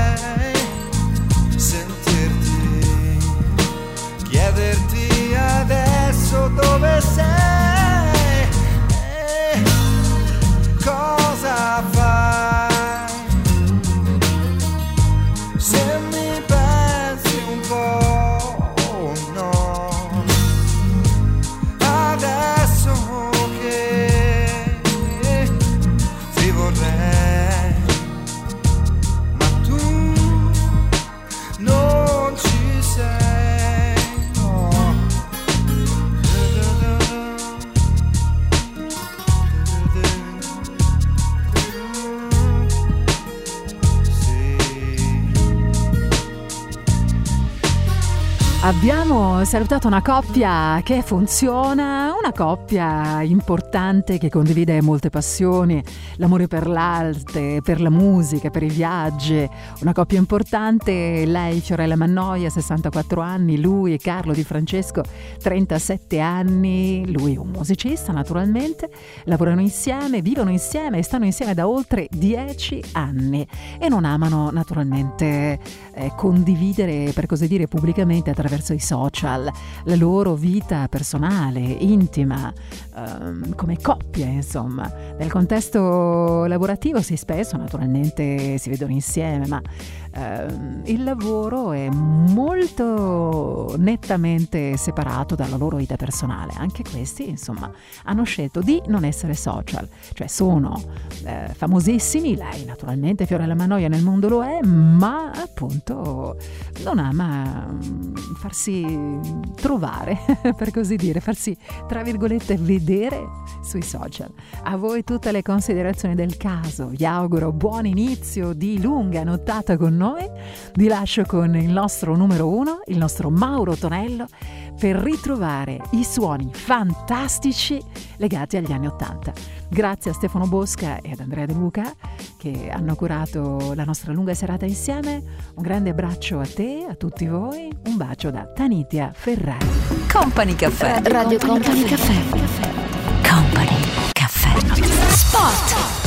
Abbiamo salutato una coppia che funziona, una coppia importante che condivide molte passioni, l'amore per l'arte, per la musica, per i viaggi, una coppia importante, lei Fiorella Mannoia, sessantaquattro anni, lui Carlo Di Francesco, trentasette anni, lui un musicista naturalmente, lavorano insieme, vivono insieme e stanno insieme da oltre dieci anni e non amano naturalmente eh, condividere, per così dire, pubblicamente attraverso i social la loro vita personale, intima, ehm, come coppia, insomma. Nel contesto lavorativo sì, spesso naturalmente si vedono insieme, ma ehm, il lavoro è molto nettamente separato dalla loro vita personale. Anche questi, insomma, hanno scelto di non essere social, cioè sono eh, famosissimi, lei naturalmente Fiorella Mannoia nel mondo lo è, ma appunto non ama mm, farsi trovare, per così dire, farsi tra virgolette vedere sui social. A voi tutte le considerazioni del caso, vi auguro buon inizio di lunga nottata con noi, vi lascio con il nostro numero uno, il nostro Mauro Tonello, per ritrovare i suoni fantastici legati agli anni Ottanta. Grazie a Stefano Bosca e ad Andrea De Luca che hanno curato la nostra lunga serata insieme. Un grande abbraccio a te, a tutti voi, un bacio da Tanitia Ferrari. Company Caffè. Radio Company Caffè. Company Caffè. Spot.